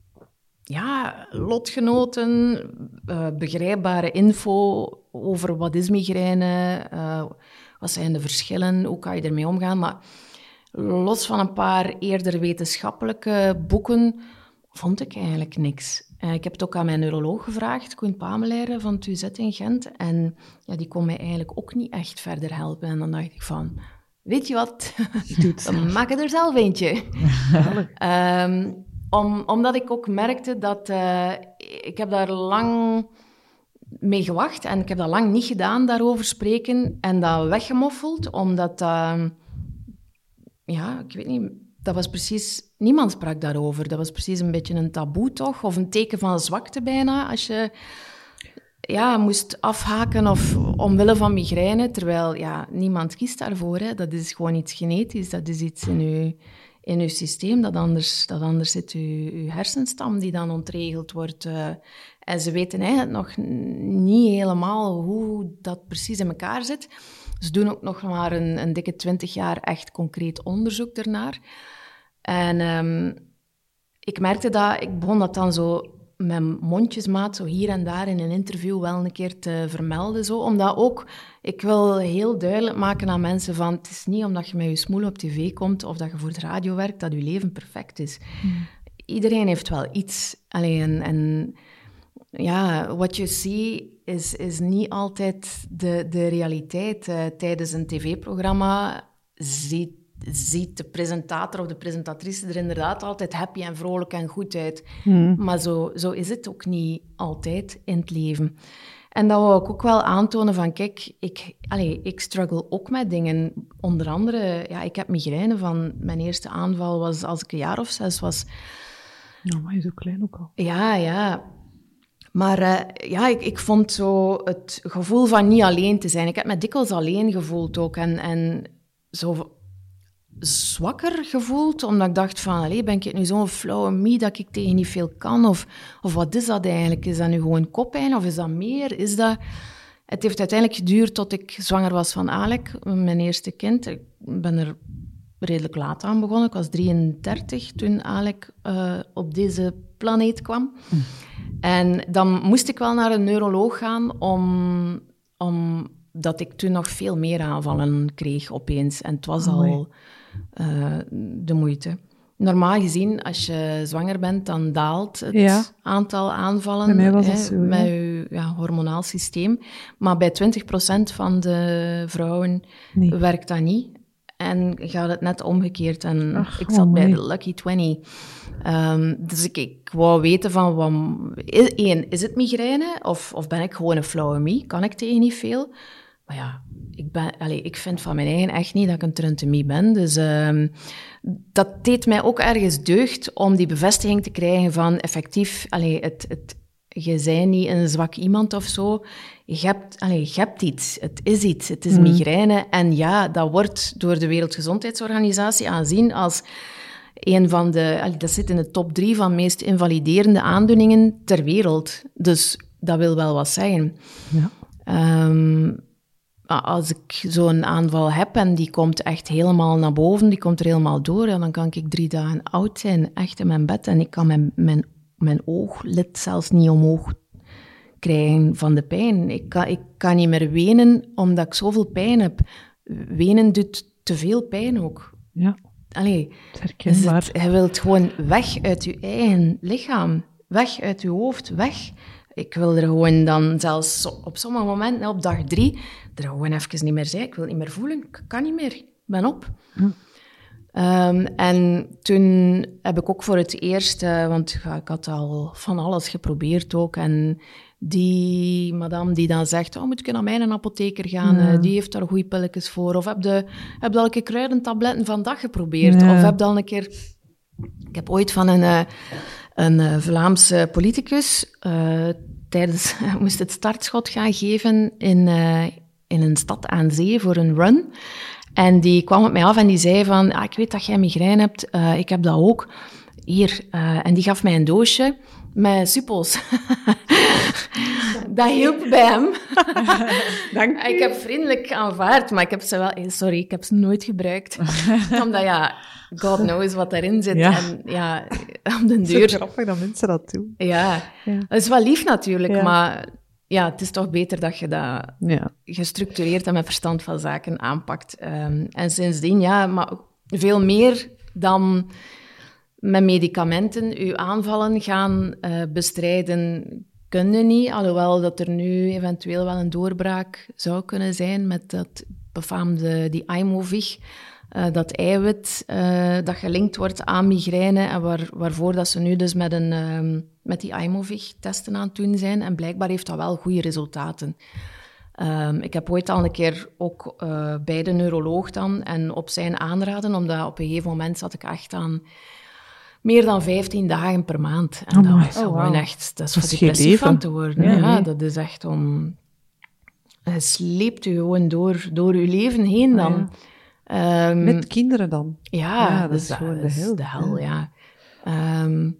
S3: ja, lotgenoten, uh, begrijpbare info over wat is migraine, uh, wat zijn de verschillen, hoe kan je ermee omgaan, maar los van een paar eerder wetenschappelijke boeken vond ik eigenlijk niks. Uh, ik heb het ook aan mijn neuroloog gevraagd, Koen Pamelaire van het U Z in Gent. En ja, die kon mij eigenlijk ook niet echt verder helpen. En dan dacht ik van, weet je wat, dan maak ik er zelf eentje. um, om, omdat ik ook merkte dat... Uh, ik heb daar lang mee gewacht en ik heb dat lang niet gedaan, daarover spreken. En dat weggemoffeld, omdat... Uh, ja, ik weet niet... Dat was precies... Niemand sprak daarover. Dat was precies een beetje een taboe, toch? Of een teken van zwakte bijna, als je ja, moest afhaken of omwille van migraine. Terwijl, ja, niemand kiest daarvoor. Hè. Dat is gewoon iets genetisch. Dat is iets in je, in uw systeem. Dat anders, dat anders zit uw, uw hersenstam die dan ontregeld wordt. Uh, en ze weten eigenlijk nog niet helemaal hoe dat precies in elkaar zit. Ze doen ook nog maar een, een dikke twintig jaar echt concreet onderzoek ernaar. En um, ik merkte dat, ik begon dat dan zo met mondjesmaat, zo hier en daar in een interview wel een keer te vermelden. Zo. Omdat ook, ik wil heel duidelijk maken aan mensen van, het is niet omdat je met je smoel op tv komt of dat je voor de radio werkt, dat je leven perfect is. Mm. Iedereen heeft wel iets. Allee, en, en ja, what you see is, is niet altijd de, de realiteit. Uh, tijdens een tv-programma ziet ziet de presentator of de presentatrice er inderdaad altijd happy en vrolijk en goed uit. Hmm. Maar zo, zo is het ook niet altijd in het leven. En dat wou ik ook wel aantonen van, kijk, ik, allez, ik struggle ook met dingen. Onder andere, ja, ik heb migraine van... Mijn eerste aanval was als ik een jaar of zes was.
S2: Nou, maar je is ook klein ook al.
S3: Ja, ja. Maar uh, ja, ik, ik vond zo het gevoel van niet alleen te zijn. Ik heb me dikwijls alleen gevoeld ook. En, en zo... zwakker gevoeld, omdat ik dacht van, allee, ben ik nu zo'n flauwe mie dat ik tegen niet veel kan? Of, of wat is dat eigenlijk? Is dat nu gewoon koppijn of is dat meer? Is dat... Het heeft uiteindelijk geduurd tot ik zwanger was van Alec, mijn eerste kind. Ik ben er redelijk laat aan begonnen. Ik was drieëndertig toen Alec uh, op deze planeet kwam. Mm. En dan moest ik wel naar een neuroloog gaan, om, omdat ik toen nog veel meer aanvallen kreeg opeens. En het was oh, al... Uh, de moeite. Normaal gezien, als je zwanger bent, dan daalt het ja. aantal aanvallen
S2: bij mij was hè, zo,
S3: met
S2: ja.
S3: je ja, hormonaal systeem. Maar bij twintig procent van de vrouwen nee. werkt dat niet. En gaat het net omgekeerd. En Ach, ik zat oh, bij de lucky twintig. Um, dus ik, ik wou weten van... Wat, is, één, is het migraine? Of, of ben ik gewoon een flauwe mie? Kan ik tegen niet veel? Maar ja... Ik, ben, allez, ik vind van mijn eigen echt niet dat ik een truntemie ben. Dus uh, dat deed mij ook ergens deugd om die bevestiging te krijgen van effectief... Allez, het, het, je bent niet een zwak iemand of zo. Je hebt, allez, je hebt iets. Het is iets. Het is mm. migraine. En ja, dat wordt door de Wereldgezondheidsorganisatie aanzien als een van de... Allez, dat zit in de top drie van meest invaliderende aandoeningen ter wereld. Dus dat wil wel wat zeggen. Ja. Um, Als ik zo'n aanval heb en die komt echt helemaal naar boven, die komt er helemaal door, en dan kan ik drie dagen oud zijn, echt in mijn bed. En ik kan mijn, mijn, mijn ooglid zelfs niet omhoog krijgen van de pijn. Ik kan, ik kan niet meer wenen, omdat ik zoveel pijn heb. Wenen doet te veel pijn ook.
S2: Ja,
S3: Allee,
S2: herkenbaar.
S3: Het, je wilt gewoon weg uit je eigen lichaam. Weg uit je hoofd, weg. Ik wil er gewoon dan zelfs op sommige momenten, op dag drie, er gewoon even niet meer zijn. Ik wil het niet meer voelen. Ik kan niet meer. Ik ben op. Hm. Um, en toen heb ik ook voor het eerst, uh, want ja, ik had al van alles geprobeerd ook. En die madame die dan zegt, oh, moet ik naar mijn apotheker gaan? Ja. Uh, die heeft daar goede pilletjes voor. Of heb je heb al een keer kruidentabletten van dag geprobeerd? Ja. Of heb je al een keer... Ik heb ooit van een... Uh, Een uh, Vlaamse politicus uh, tijdens, moest het startschot gaan geven in, uh, in een stad aan zee voor een run. En die kwam op mij af en die zei van, ah, ik weet dat jij migraine hebt, uh, ik heb dat ook. Hier. Uh, en die gaf mij een doosje met suppels. Dat hielp bij hem.
S2: Dank u.
S3: Ik heb vriendelijk aanvaard, maar ik heb ze wel... Sorry, ik heb ze nooit gebruikt. Omdat, ja, God knows wat daarin zit.
S2: Ja.
S3: En ja, op de
S2: Het
S3: deur...
S2: is grappig dat mensen dat doen.
S3: Ja,
S2: Ja.
S3: dat is wel lief natuurlijk,
S2: Ja.
S3: maar ja, het is toch beter dat je dat
S2: Ja.
S3: gestructureerd en met verstand van zaken aanpakt. Um, en sindsdien, ja, maar veel meer dan met medicamenten uw aanvallen gaan uh, bestrijden, kun je niet. Alhoewel dat er nu eventueel wel een doorbraak zou kunnen zijn met dat befaamde, die Aimovig, uh, dat eiwit uh, dat gelinkt wordt aan migraine en waar, waarvoor dat ze nu dus met, een, um, met die Aimovig testen aan het doen zijn. En blijkbaar heeft dat wel goede resultaten. Um, ik heb ooit al een keer ook uh, bij de neuroloog dan en op zijn aanraden, omdat op een gegeven moment zat ik echt aan meer dan vijftien dagen per maand. En
S2: Oh,
S3: dat
S2: mooi.
S3: is
S2: Oh,
S3: gewoon
S2: wow.
S3: echt, dat is
S2: Dat
S3: voor
S2: is geen
S3: depressief
S2: leven.
S3: van te worden.
S2: Ja,
S3: Ja,
S2: nee.
S3: dat is echt om... Je sleept je gewoon door, door je leven heen dan.
S2: Ah,
S3: Ehm,
S2: Met kinderen dan.
S3: ja,
S2: Ja, dat
S3: dus
S2: is gewoon de hel.
S3: de hel, ja. Ehm,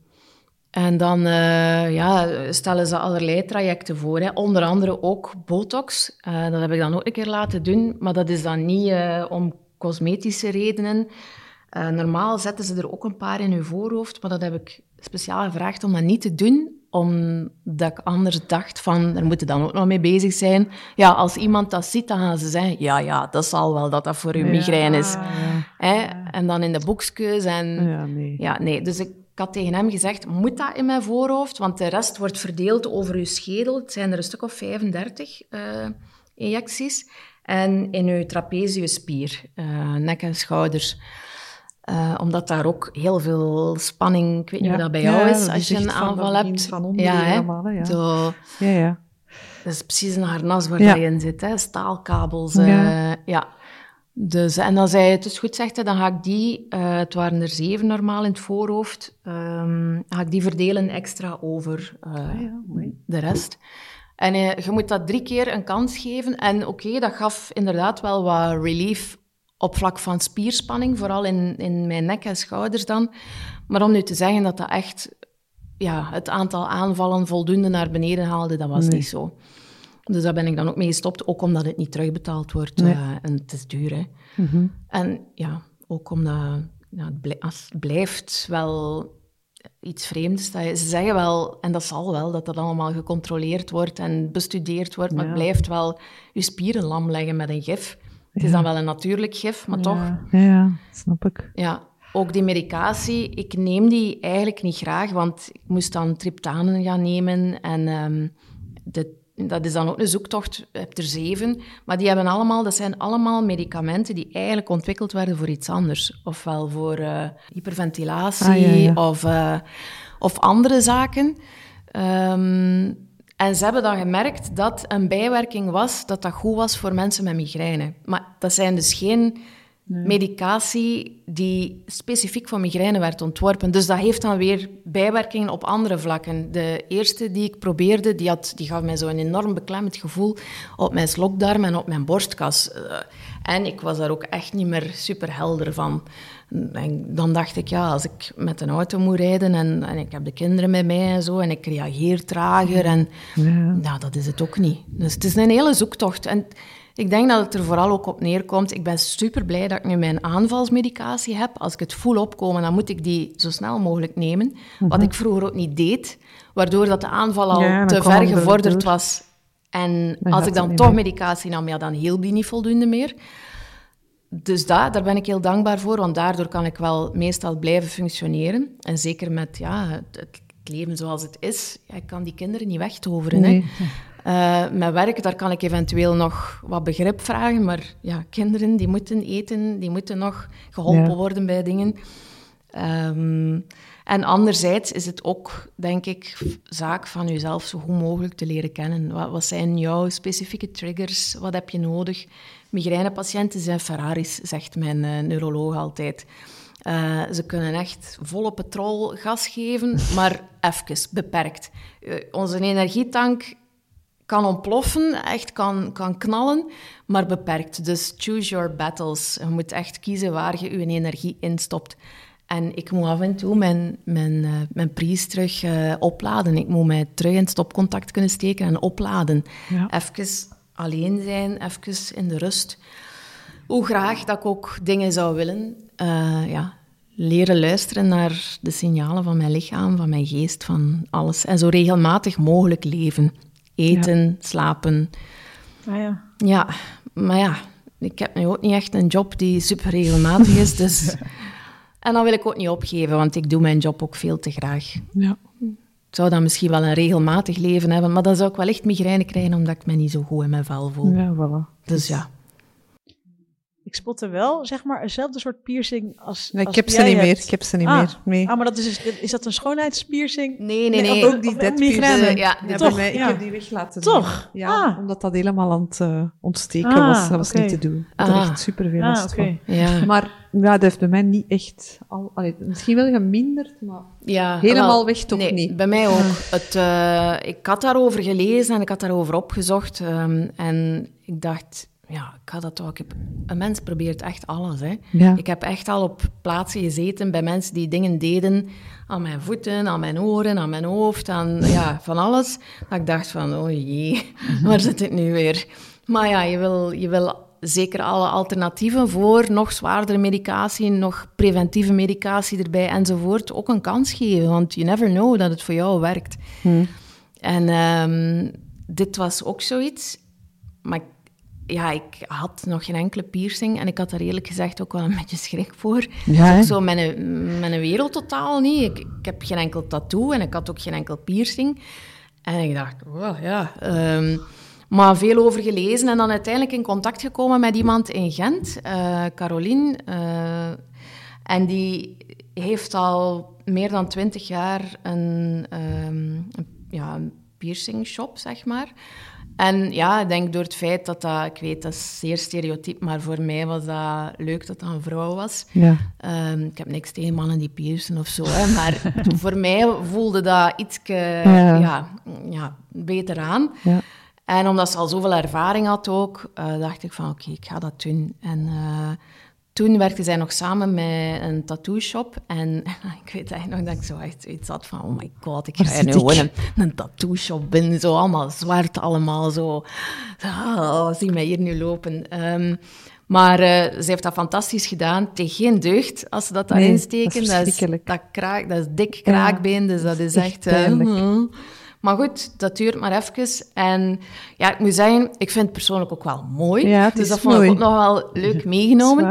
S3: en dan uh, ja, stellen ze allerlei trajecten voor. Hè. Onder andere ook botox. Uh, dat heb ik dan ook een keer laten doen. Maar dat is dan niet uh, om cosmetische redenen. Uh, normaal zetten ze er ook een paar in je voorhoofd. Maar dat heb ik speciaal gevraagd om dat niet te doen. Omdat ik anders dacht van, daar moeten dan ook nog mee bezig zijn. Ja, als iemand dat ziet, dan gaan ze zeggen, ja, ja, dat zal wel dat dat voor uw migraine is.
S2: Ja.
S3: Hè? En dan in de boekjes en...
S2: Ja, nee.
S3: Ja, nee. Dus ik had tegen hem gezegd, moet dat in mijn voorhoofd? Want de rest wordt verdeeld over uw schedel. Het zijn er een stuk of vijfendertig uh, injecties. En in uw trapeziusspier, uh, nek en schouders. Uh, omdat daar ook heel veel spanning... Ik weet niet
S2: Ja.
S3: hoe dat bij
S2: Ja,
S3: jou is,
S2: dat
S3: als
S2: is
S3: je
S2: echt
S3: een
S2: van
S3: aanval
S2: dat begin
S3: hebt.
S2: van onder
S3: ja,
S2: je
S3: hè.
S2: allemaal, hè, ja.
S3: Zo,
S2: Ja, ja.
S3: dat is precies een harnas waar
S2: Ja.
S3: dat je in zit, hè. Staalkabels.
S2: Ja.
S3: Uh, ja. Dus, en dan zei hij, het is goed, zegt hij, dan ga ik die, uh, het waren er zeven normaal in het voorhoofd, um, ga ik die verdelen extra over uh,
S2: Ah, ja, mooi.
S3: de rest. En uh, je moet dat drie keer een kans geven. En oké, okay, dat gaf inderdaad wel wat relief op vlak van spierspanning, vooral in, in mijn nek en schouders dan. Maar om nu te zeggen dat dat echt ja, het aantal aanvallen voldoende naar beneden haalde, dat was
S2: Nee.
S3: niet zo. Dus daar ben ik dan ook mee gestopt, ook omdat het niet terugbetaald wordt.
S2: Nee.
S3: Uh, en het is duur, hè.
S2: Mm-hmm.
S3: En ja, ook omdat ja, het, blij, het blijft wel iets vreemds. Dat je, ze zeggen wel, en dat zal wel, dat dat allemaal gecontroleerd wordt en bestudeerd wordt, maar
S2: Ja.
S3: het blijft wel je spieren lam leggen met een gif. Het is
S2: Ja.
S3: dan wel een natuurlijk gif, maar
S2: ja.
S3: toch...
S2: Ja, ja, snap ik.
S3: Ja, ook die medicatie, ik neem die eigenlijk niet graag, want ik moest dan triptanen gaan nemen en um, de, dat is dan ook een zoektocht. Je hebt er zeven, maar die hebben allemaal, dat zijn allemaal medicamenten die eigenlijk ontwikkeld werden voor iets anders. Ofwel voor uh, hyperventilatie
S2: ah, ja, ja.
S3: Of, uh, of andere zaken. Um, en ze hebben dan gemerkt dat een bijwerking was, dat dat goed was voor mensen met migraine. Maar dat zijn dus geen... Nee. medicatie die specifiek voor migraine werd ontworpen. Dus dat heeft dan weer bijwerkingen op andere vlakken. De eerste die ik probeerde, die, had, die gaf mij zo'n enorm beklemmend gevoel op mijn slokdarm en op mijn borstkas. En ik was daar ook echt niet meer super helder van. En dan dacht ik, ja, als ik met een auto moet rijden en, en ik heb de kinderen met mij en zo, en ik reageer trager, en
S2: Ja.
S3: nou, dat is het ook niet. Dus het is een hele zoektocht. En ik denk dat het er vooral ook op neerkomt. Ik ben super blij dat ik nu mijn aanvalsmedicatie heb. Als ik het voel opkomen, dan moet ik die zo snel mogelijk nemen. Mm-hmm. Wat ik vroeger ook niet deed. Waardoor dat de aanval al
S2: ja,
S3: te ver gevorderd was. En
S2: dan
S3: als ik dan toch
S2: mee.
S3: medicatie nam, ja, dan hielp die niet voldoende meer. Dus dat, daar ben ik heel dankbaar voor. Want daardoor kan ik wel meestal blijven functioneren. En zeker met ja, het, het leven zoals het is. Ja, ik kan die kinderen niet wegtoveren,
S2: nee.
S3: hè. Uh, met werk, daar kan ik eventueel nog wat begrip vragen, maar ja, kinderen die moeten eten, die moeten nog geholpen ja. worden bij dingen. Um, en anderzijds is het ook, denk ik, zaak van jezelf zo goed mogelijk te leren kennen. Wat, wat zijn jouw specifieke triggers? Wat heb je nodig? Migrainepatiënten zijn Ferraris, zegt mijn uh, neuroloog altijd. Uh, ze kunnen echt volle petrol gas geven, maar even, beperkt. Uh, onze energietank kan ontploffen, echt kan, kan knallen, maar beperkt. Dus choose your battles. Je moet echt kiezen waar je je energie instopt. En ik moet af en toe mijn, mijn, uh, mijn pries terug uh, opladen. Ik moet mij terug in stopcontact kunnen steken en opladen. Ja. Even alleen zijn, even in de rust. Hoe graag dat ik ook dingen zou willen. Uh, ja, leren luisteren naar de signalen van mijn lichaam, van mijn geest, van alles. En zo regelmatig mogelijk leven. Eten, ja. slapen.
S1: Ah, ja.
S3: Ja, maar ja, ik heb nu ook niet echt een job die super regelmatig is, dus... En dan wil ik ook niet opgeven, want ik doe mijn job ook veel te graag.
S2: Ja.
S3: Ik zou dan misschien wel een regelmatig leven hebben, maar dan zou ik wel echt migraine krijgen, omdat ik me niet zo goed in mijn vel voel.
S2: Ja, voilà.
S3: Dus ja.
S1: Ik spotte wel, zeg maar, eenzelfde soort piercing als
S2: nee,
S1: als
S2: ik heb ze niet
S1: hebt.
S2: meer. Ik heb ze niet
S1: ah,
S2: meer. Nee.
S1: Ah, maar dat is, is dat een schoonheidspiercing?
S3: Nee, nee, nee.
S2: Of ook die deadpiercing.
S3: Ja,
S2: ja,
S3: toch,
S2: mij,
S1: ja.
S2: Ik heb die weg laten
S1: Toch?
S2: doen. Ja,
S1: ah.
S2: omdat dat helemaal aan het uh, ontsteken
S1: ah,
S2: was. Dat was
S1: okay.
S2: niet te doen. Ik had er
S3: ah.
S2: echt superveel
S1: ah,
S2: last
S1: okay.
S2: van.
S3: Ja.
S2: Maar ja, dat heeft bij mij niet echt... Al, allee, misschien wel geminderd, maar
S3: ja,
S2: helemaal
S3: wel,
S2: weg toch
S3: nee,
S2: niet.
S3: Bij mij ook. Het, uh, ik had daarover gelezen en ik had daarover opgezocht. Um, en ik dacht... Ja, ik had dat ook. Ik heb, een mens probeert echt alles. Hè.
S2: Ja.
S3: Ik heb echt al op plaatsen gezeten bij mensen die dingen deden aan mijn voeten, aan mijn oren, aan mijn hoofd, aan ja, van alles. Dat ik dacht van, oh jee, waar zit ik nu weer? Maar ja, je wil, je wil zeker alle alternatieven voor nog zwaardere medicatie, nog preventieve medicatie erbij enzovoort ook een kans geven. Want you never know dat het voor jou werkt.
S2: Hmm.
S3: En um, dit was ook zoiets. Maar ja, ik had nog geen enkele piercing en ik had daar eerlijk gezegd ook wel een beetje schrik voor.
S2: Ja,
S3: ook zo mijn, mijn wereld totaal niet. Ik, ik heb geen enkel tattoo en ik had ook geen enkel piercing. En ik dacht, wow, ja... Um, maar veel over gelezen en dan uiteindelijk in contact gekomen met iemand in Gent, uh, Caroline. Uh, en die heeft al meer dan twintig jaar een, um, een, ja, een piercing shop, zeg maar. En ja, ik denk door het feit dat dat... Ik weet, dat is zeer stereotyp, maar voor mij was dat leuk dat dat een vrouw was.
S2: Ja.
S3: Um, ik heb niks tegen mannen die piercen of zo, hè, maar voor mij voelde dat iets ja. ja, ja, beter aan.
S2: Ja.
S3: En omdat ze al zoveel ervaring had ook, uh, dacht ik van oké, okay, ik ga dat doen. En uh, toen werkte zij nog samen met een tattoo shop. En ik weet eigenlijk nog dat ik zo echt iets had van, oh my god, ik ga hier nu gewoon een, een tattoo shop binnen. Zo allemaal zwart, allemaal zo. Oh, zie mij hier nu lopen. Um, maar uh, ze heeft dat fantastisch gedaan. Tegen geen deugd als ze dat daarin
S2: nee,
S3: steken.
S2: Dat is,
S3: dat, is, dat, kraak, dat is dik kraakbeen, ja, dus dat is echt... echt uh, Maar goed, dat duurt maar even. En ja, ik moet zeggen, ik vind het persoonlijk ook wel mooi.
S2: Ja,
S3: dus dat
S2: mooi.
S3: vond ik ook nog wel leuk meegenomen.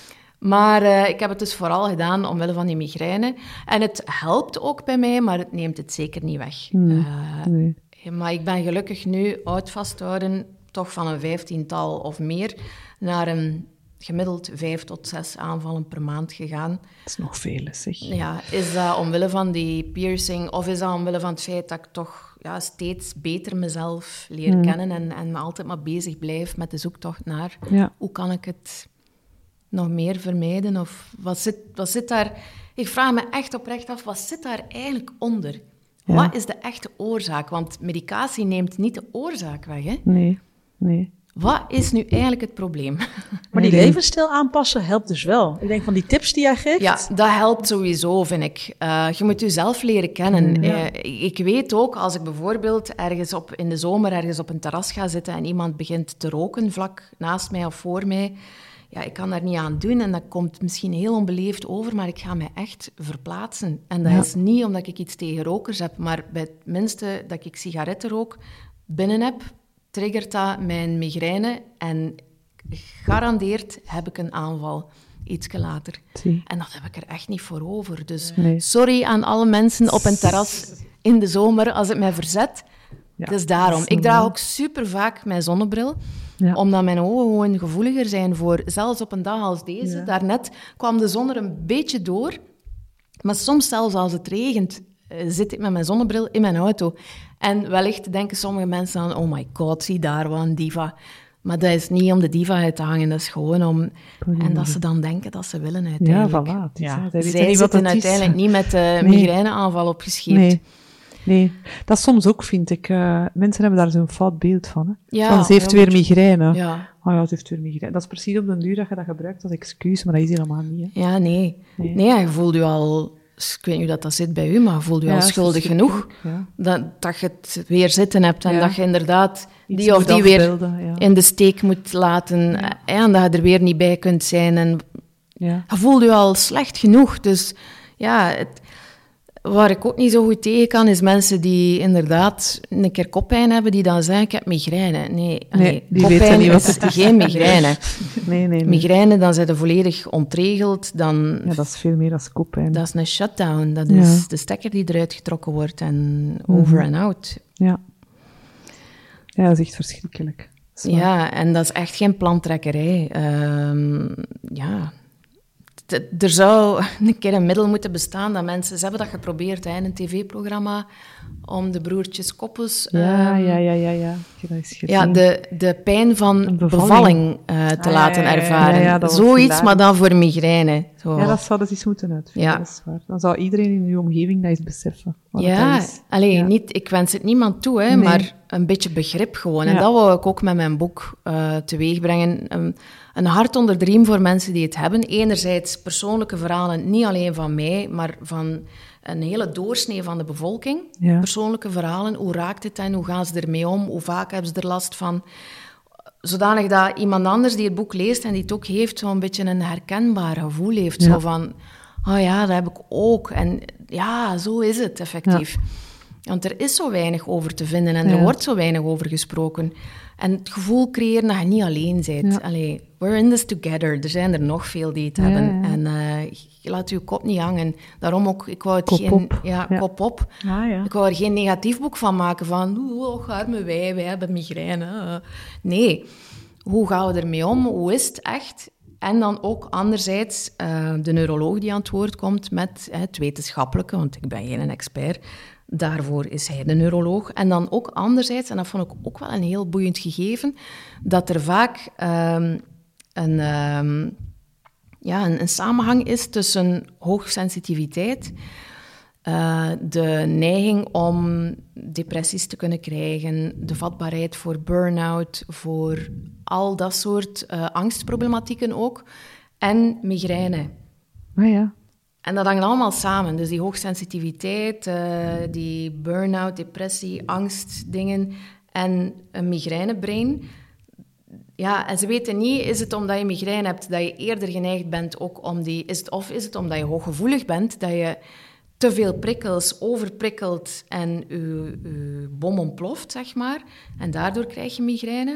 S3: Maar uh, ik heb het dus vooral gedaan omwille van die migraine. En het helpt ook bij mij, maar het neemt het zeker niet weg.
S2: Nee,
S3: uh,
S2: nee.
S3: Maar ik ben gelukkig nu oud vasthouden, toch van een vijftiental of meer, naar een gemiddeld vijf tot zes aanvallen per maand gegaan.
S2: Dat is nog veel, zeg.
S3: Ja, is dat omwille van die piercing of is dat omwille van het feit dat ik toch ja, steeds beter mezelf leer mm. kennen en, en altijd maar bezig blijf met de zoektocht naar
S2: ja.
S3: hoe kan ik het nog meer vermijden? Of wat zit, wat zit daar... Ik vraag me echt oprecht af, wat zit daar eigenlijk onder? Ja. Wat is de echte oorzaak? Want medicatie neemt niet de oorzaak weg, hè?
S2: Nee, nee.
S3: Wat is nu eigenlijk het probleem?
S1: Maar die levensstijl aanpassen helpt dus wel. Ik denk van die tips die jij geeft...
S3: Ja, dat helpt sowieso, vind ik. Uh, je moet jezelf leren kennen. Ja. Uh, ik weet ook, als ik bijvoorbeeld ergens op, in de zomer ergens op een terras ga zitten en iemand begint te roken vlak naast mij of voor mij, ja, ik kan daar niet aan doen en dat komt misschien heel onbeleefd over, maar ik ga mij echt verplaatsen. En dat ja. is niet omdat ik iets tegen rokers heb, maar bij het minste dat ik sigaretten rook binnen heb, triggert dat mijn migraine en garandeerd heb ik een aanval ietske later.
S2: Zie.
S3: En dat heb ik er echt niet voor over. Dus
S2: nee.
S3: sorry aan alle mensen op een terras in de zomer als het mij verzet. Ja, het is daarom. Is ik draag ook super vaak mijn zonnebril, ja. omdat mijn ogen gewoon gevoeliger zijn voor, zelfs op een dag als deze. Ja. Daarnet kwam de zon er een beetje door, maar soms zelfs als het regent, zit ik met mijn zonnebril in mijn auto. En wellicht denken sommige mensen aan, oh my god, zie daar wat een diva. Maar dat is niet om de diva uit te hangen, dat is gewoon om... Goeie en dat ze dan denken dat ze willen uiteindelijk.
S2: Ja, voilà.
S3: Ja. Zij zitten uiteindelijk niet met de nee. migraineaanval opgescheept. Nee.
S2: Nee, dat is soms ook, vind ik. Uh, mensen hebben daar zo'n fout beeld van. Hè.
S3: Ja,
S2: van, ze heeft
S3: ja,
S2: weer migraine.
S3: Ja.
S2: Oh ja, ze heeft weer migraine. Dat is precies op den duur dat je dat gebruikt als excuus, maar dat is helemaal niet. Hè.
S3: Ja, nee. Nee, nee je voelt je al... Ik weet niet hoe dat, dat zit bij u, maar je voelt je ja, al schuldig genoeg ja. dat, dat je het weer zitten hebt en ja. dat je inderdaad Iets die of die weer ja. in de steek moet laten ja. en dat je er weer niet bij kunt zijn. En ja. Je voelt je al slecht genoeg. Dus ja, het, waar ik ook niet zo goed tegen kan, is mensen die inderdaad een keer koppijn hebben, die dan zeggen, ik heb migraine. Nee,
S2: nee
S3: nee
S2: die weten niet wat het
S3: is. Geen migraine.
S2: nee, nee, nee.
S3: Migraine, dan zijn ze volledig ontregeld. Dan,
S2: ja, dat is veel meer dan koppijn.
S3: Dat is een shutdown. Dat is ja. de stekker die eruit getrokken wordt en over en mm-hmm. out.
S2: Ja. Ja, dat is echt verschrikkelijk.
S3: Ja, en dat is echt geen plantrekkerij. Um, ja... Er zou een keer een middel moeten bestaan dat mensen... Ze hebben dat geprobeerd hè, in een tv-programma om de broertjes Koppes...
S2: Ja, um, ja, ja, ja, ja. Dat is
S3: ja, de, de pijn van bevalling, bevalling uh, te ah, laten
S2: ja, ja,
S3: ervaren.
S2: Ja, ja,
S3: Zoiets, maar dan voor migraine. Zo.
S2: Ja, dat zou dus iets moeten uitvinden, ja. Dat is waar. Dan zou iedereen in uw omgeving dat eens beseffen.
S3: Ja, alleen ja. niet... Ik wens het niemand toe, hè, nee. maar een beetje begrip gewoon. Ja. En dat wou ik ook met mijn boek uh, teweeg brengen. Um, Een hart onder de riem voor mensen die het hebben. Enerzijds persoonlijke verhalen, niet alleen van mij, maar van een hele doorsnee van de bevolking. Ja. Persoonlijke verhalen, hoe raakt het en hoe gaan ze ermee om? Hoe vaak hebben ze er last van? Zodanig dat iemand anders die het boek leest en die het ook heeft, zo'n beetje een herkenbaar gevoel heeft. Ja. Zo van, oh ja, dat heb ik ook. En ja, zo is het effectief. Ja. Want er is zo weinig over te vinden en er ja. wordt zo weinig over gesproken. En het gevoel creëren dat je niet alleen bent. Ja. Allee, we're in this together. Er zijn er nog veel die het ja, hebben. Ja. En uh, je laat je kop niet hangen. Daarom ook, ik wou het
S2: kop
S3: geen...
S2: Op.
S3: Ja,
S2: ja,
S3: kop op.
S2: Ah, ja.
S3: Ik wou er geen negatief boek van maken van... Oh, arme wij, wij hebben migraine. Nee. Hoe gaan we ermee om? Hoe is het echt? En dan ook anderzijds uh, de neuroloog die aan het woord komt met uh, het wetenschappelijke, want ik ben geen expert... Daarvoor is hij de neuroloog. En dan ook anderzijds, en dat vond ik ook wel een heel boeiend gegeven, dat er vaak um, een, um, ja, een, een samenhang is tussen hoogsensitiviteit, uh, de neiging om depressies te kunnen krijgen, de vatbaarheid voor burn-out, voor al dat soort uh, angstproblematieken ook, en migraine.
S2: Ah ja.
S3: En dat hangt allemaal samen. Dus die hoogsensitiviteit, uh, die burn-out, depressie, angst, dingen en een migrainebrein. Ja, en ze weten niet, is het omdat je migraine hebt dat je eerder geneigd bent ook om die... Is het, of is het omdat je hooggevoelig bent, dat je te veel prikkels overprikkelt en je, je bom ontploft, zeg maar. En daardoor krijg je migraine.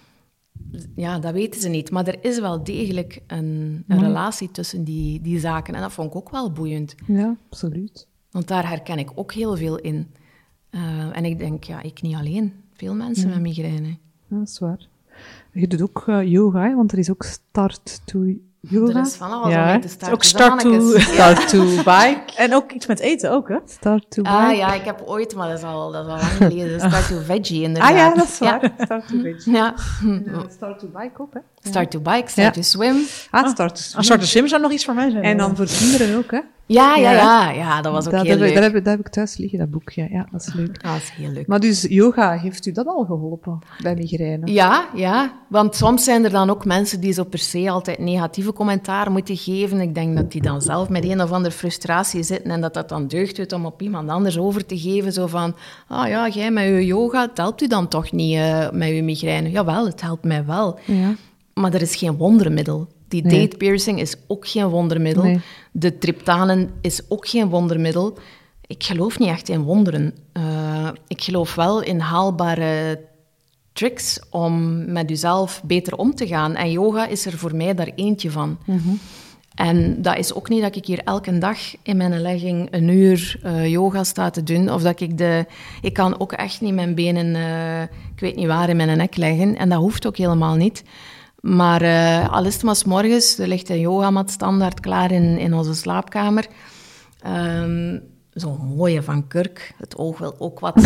S3: Ja, dat weten ze niet. Maar er is wel degelijk een, een ja. relatie tussen die, die zaken. En dat vond ik ook wel boeiend.
S2: Ja, absoluut.
S3: Want daar herken ik ook heel veel in. Uh, en ik denk, ja, ik niet alleen. Veel mensen ja. met migraine.
S2: Ja, dat is waar. Je doet ook uh, yoga, hè? Want er is ook Start to Yoga.
S3: Er is van alles ja, om mee te starten.
S1: Ook Start to,
S2: start to Bike.
S1: En ook iets met eten ook, hè?
S2: Start to Bike.
S3: Ah ja, ik heb ooit, maar dat is al, dat is al lang geleden, Start to Veggie inderdaad.
S2: Ah ja, dat is waar. Ja. Start to Veggie.
S3: Ja.
S2: En, uh, start to Bike ook, hè?
S3: Start to Bike, Start ja. to Swim.
S2: Ah, Start to Swim.
S1: Ah, Start to Swim zou nog iets voor mij zijn.
S2: En dan voor kinderen ook, hè?
S3: Ja, ja, ja, ja, dat was ook
S2: dat
S3: heel
S2: heb
S3: leuk.
S2: Ik, dat, heb, dat heb ik thuis liggen, dat boekje. Ja, dat is leuk.
S3: Ah, dat is heel leuk.
S2: Maar dus yoga, heeft u dat al geholpen bij migraine?
S3: Ja, ja. Want soms zijn er dan ook mensen die zo per se altijd negatieve commentaar moeten geven. Ik denk dat die dan zelf met een of andere frustratie zitten en dat dat dan deugd doet om op iemand anders over te geven. Zo van, ah ja, jij met je yoga, het helpt u dan toch niet uh, met je migraine? Jawel, het helpt mij wel.
S2: Ja.
S3: Maar er is geen wondermiddel. Die date nee. piercing is ook geen wondermiddel. Nee. De triptanen is ook geen wondermiddel. Ik geloof niet echt in wonderen. Uh, ik geloof wel in haalbare tricks om met jezelf beter om te gaan. En yoga is er voor mij daar eentje van.
S2: Mm-hmm.
S3: En dat is ook niet dat ik hier elke dag in mijn legging een uur uh, yoga sta te doen. Of dat ik de... Ik kan ook echt niet mijn benen, uh, ik weet niet waar, in mijn nek leggen. En dat hoeft ook helemaal niet. Maar uh, al is het maar 's morgens, er ligt een yogamat standaard klaar in, in onze slaapkamer. Um, Zo'n mooie van Kurk. Het oog wil ook wat.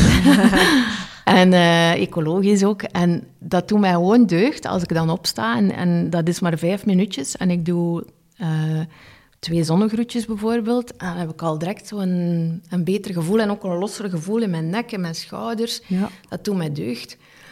S3: En uh, ecologisch ook. En dat doet mij gewoon deugd als ik dan opsta. En, en dat is maar vijf minuutjes. En ik doe uh, twee zonnegroetjes bijvoorbeeld. En dan heb ik al direct zo een, een beter gevoel en ook een losser gevoel in mijn nek en mijn schouders.
S2: Ja.
S3: Dat doet mij deugd.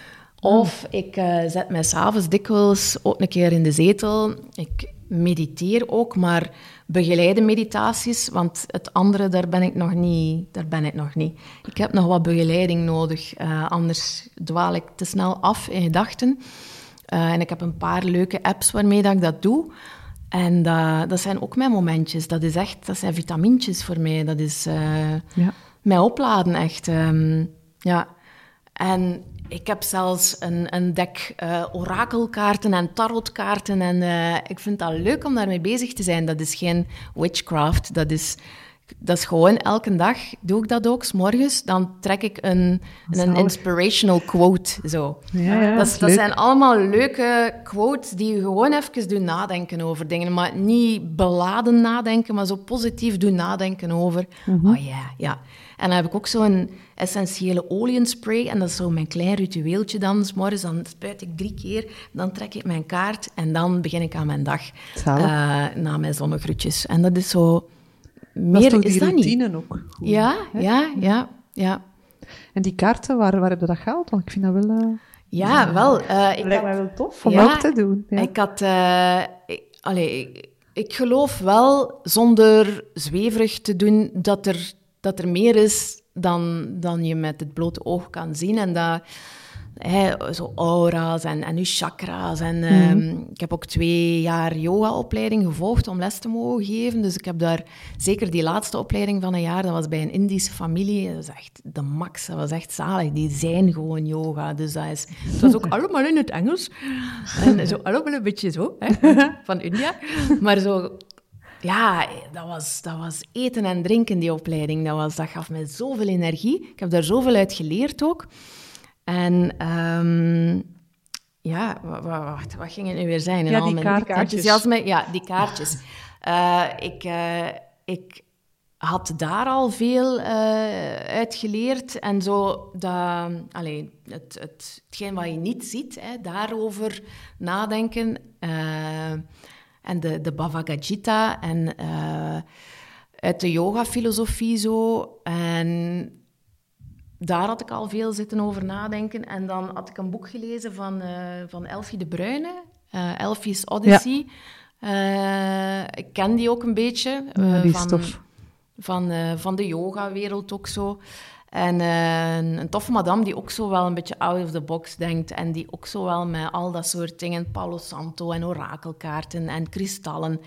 S3: Of ik uh, zet mij s'avonds dikwijls ook een keer in de zetel. Ik mediteer ook, maar begeleide meditaties, want het andere, daar ben ik nog niet. Daar ben ik nog niet. Ik heb nog wat begeleiding nodig, uh, anders dwaal ik te snel af in gedachten. Uh, en ik heb een paar leuke apps waarmee dat ik dat doe. En dat, dat zijn ook mijn momentjes. Dat is echt, dat zijn vitamintjes voor mij. Dat is uh,
S2: Ja.
S3: mij opladen, echt. Um, ja. En ik heb zelfs een, een dek uh, orakelkaarten en tarotkaarten. En uh, ik vind dat leuk om daarmee bezig te zijn. Dat is geen witchcraft. Dat is, dat is gewoon elke dag doe ik dat ook, 's morgens. Dan trek ik een, een inspirational quote. Zo.
S2: Ja, ja,
S3: dat,
S2: dat,
S3: dat zijn allemaal leuke quotes die je gewoon even doen nadenken over dingen. Maar niet beladen nadenken, maar zo positief doen nadenken over. Mm-hmm. Oh ja, yeah, ja. En dan heb ik ook zo'n essentiële olienspray. En dat is zo mijn klein ritueeltje dan. 's morgens dan spuit ik drie keer. Dan trek ik mijn kaart. En dan begin ik aan mijn dag. Uh, na mijn zonnegroetjes. En dat is zo... Meer
S2: dat is,
S3: is
S2: die
S3: dat
S2: routine
S3: niet.
S2: ook. Goed,
S3: ja,
S2: hè?
S3: ja, ja, ja.
S2: En die kaarten, waar, waar heb je dat gehaald? Want ik vind dat wel... Uh,
S3: ja, wel. Uh,
S2: lijkt
S3: ik
S2: mij
S3: had,
S2: wel tof om
S3: ja,
S2: ook te doen. Ja.
S3: Ik had... Uh, ik, allee, ik, ik geloof wel, zonder zweverig te doen, dat er, dat er meer is dan, dan je met het blote oog kan zien. En dat... Hey, zo aura's en, en je chakra's. En, mm-hmm. um, ik heb ook twee jaar yoga-opleiding gevolgd om les te mogen geven. Dus ik heb daar zeker die laatste opleiding van een jaar, dat was bij een Indische familie. Dat was echt de max, dat was echt zalig. Die zijn gewoon yoga. Dus dat is, het was ook allemaal in het Engels. En zo allemaal een beetje zo, hè, van India. Maar zo... Ja, dat was, dat was eten en drinken, die opleiding. Dat, was, dat gaf mij zoveel energie. Ik heb daar zoveel uit geleerd ook. En um, ja, wacht, wat ging het nu weer zijn?
S2: Ja,
S3: al
S2: die
S3: mijn
S2: kaartjes.
S3: enthousiasme. Ja, die kaartjes. Uh, ik, uh, ik had daar al veel uh, uit geleerd. En zo, dat, allee, het, het, hetgeen wat je niet ziet, hè, daarover nadenken. Uh, en de, de Bhagavad Gita en uh, uit de yoga-filosofie zo. En... Daar had ik al veel zitten over nadenken. En dan had ik een boek gelezen van, uh, van Elfie de Bruyne, uh, Elfie's Odyssey. Ja. Uh, ik ken die ook een beetje. Uh,
S2: ja, die
S3: van,
S2: is tof.
S3: Van, uh, van de yoga-wereld ook zo. En uh, een, een toffe madame die ook zo wel een beetje out of the box denkt. En die ook zo wel met al dat soort dingen, Palo Santo en orakelkaarten en kristallen,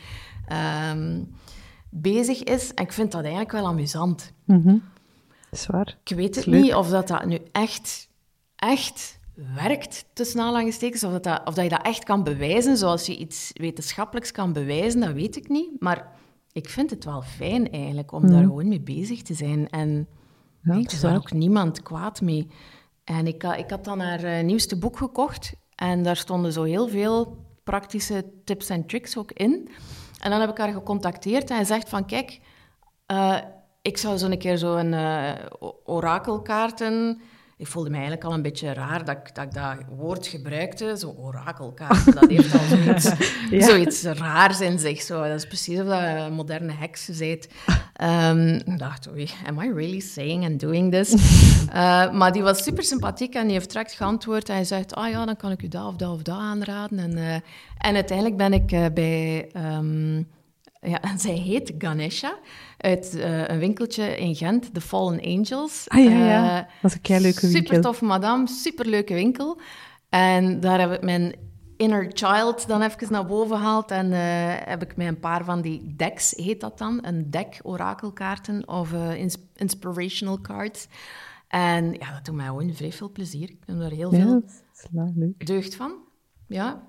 S3: um, bezig is. En ik vind dat eigenlijk wel amusant.
S2: Mm-hmm. Zwaar.
S3: Ik weet het
S2: niet
S3: leuk. Of dat, dat nu echt, echt werkt, tussen aanhalingstekens, of dat, dat, of dat je dat echt kan bewijzen, zoals je iets wetenschappelijks kan bewijzen, dat weet ik niet. Maar ik vind het wel fijn eigenlijk, om mm. daar gewoon mee bezig te zijn. En ja, er is daar ook niemand kwaad mee. En ik, ik had dan haar uh, nieuwste boek gekocht, en daar stonden zo heel veel praktische tips en tricks ook in. En dan heb ik haar gecontacteerd en hij zegt van, kijk... Uh, Ik zou zo een keer zo'n uh, orakelkaarten... Ik voelde me eigenlijk al een beetje raar dat ik dat, ik dat woord gebruikte. Zo orakelkaarten, dat heeft al zoiets, ja. zoiets raars in zich. Zo. Dat is precies of dat een moderne heks bent. Um, ik dacht, oei, am I really saying and doing this? uh, maar die was super sympathiek en die heeft direct geantwoord. En hij zegt, ah ja, dan kan ik u dat of dat of dat aanraden. En, uh, en uiteindelijk ben ik uh, bij... Um, Ja, zij heet Ganesha, uit uh, een winkeltje in Gent, The Fallen Angels.
S2: Ah ja, ja. Uh, dat is een keileuke winkel.
S3: Super toffe madame, superleuke winkel. En daar heb ik mijn inner child dan even naar boven gehaald en uh, heb ik mij een paar van die decks, heet dat dan, een deck orakelkaarten of uh, ins- inspirational cards. En ja, dat doet mij gewoon vrij veel plezier. Ik heb daar heel veel
S2: ja, leuk.
S3: deugd van. Ja.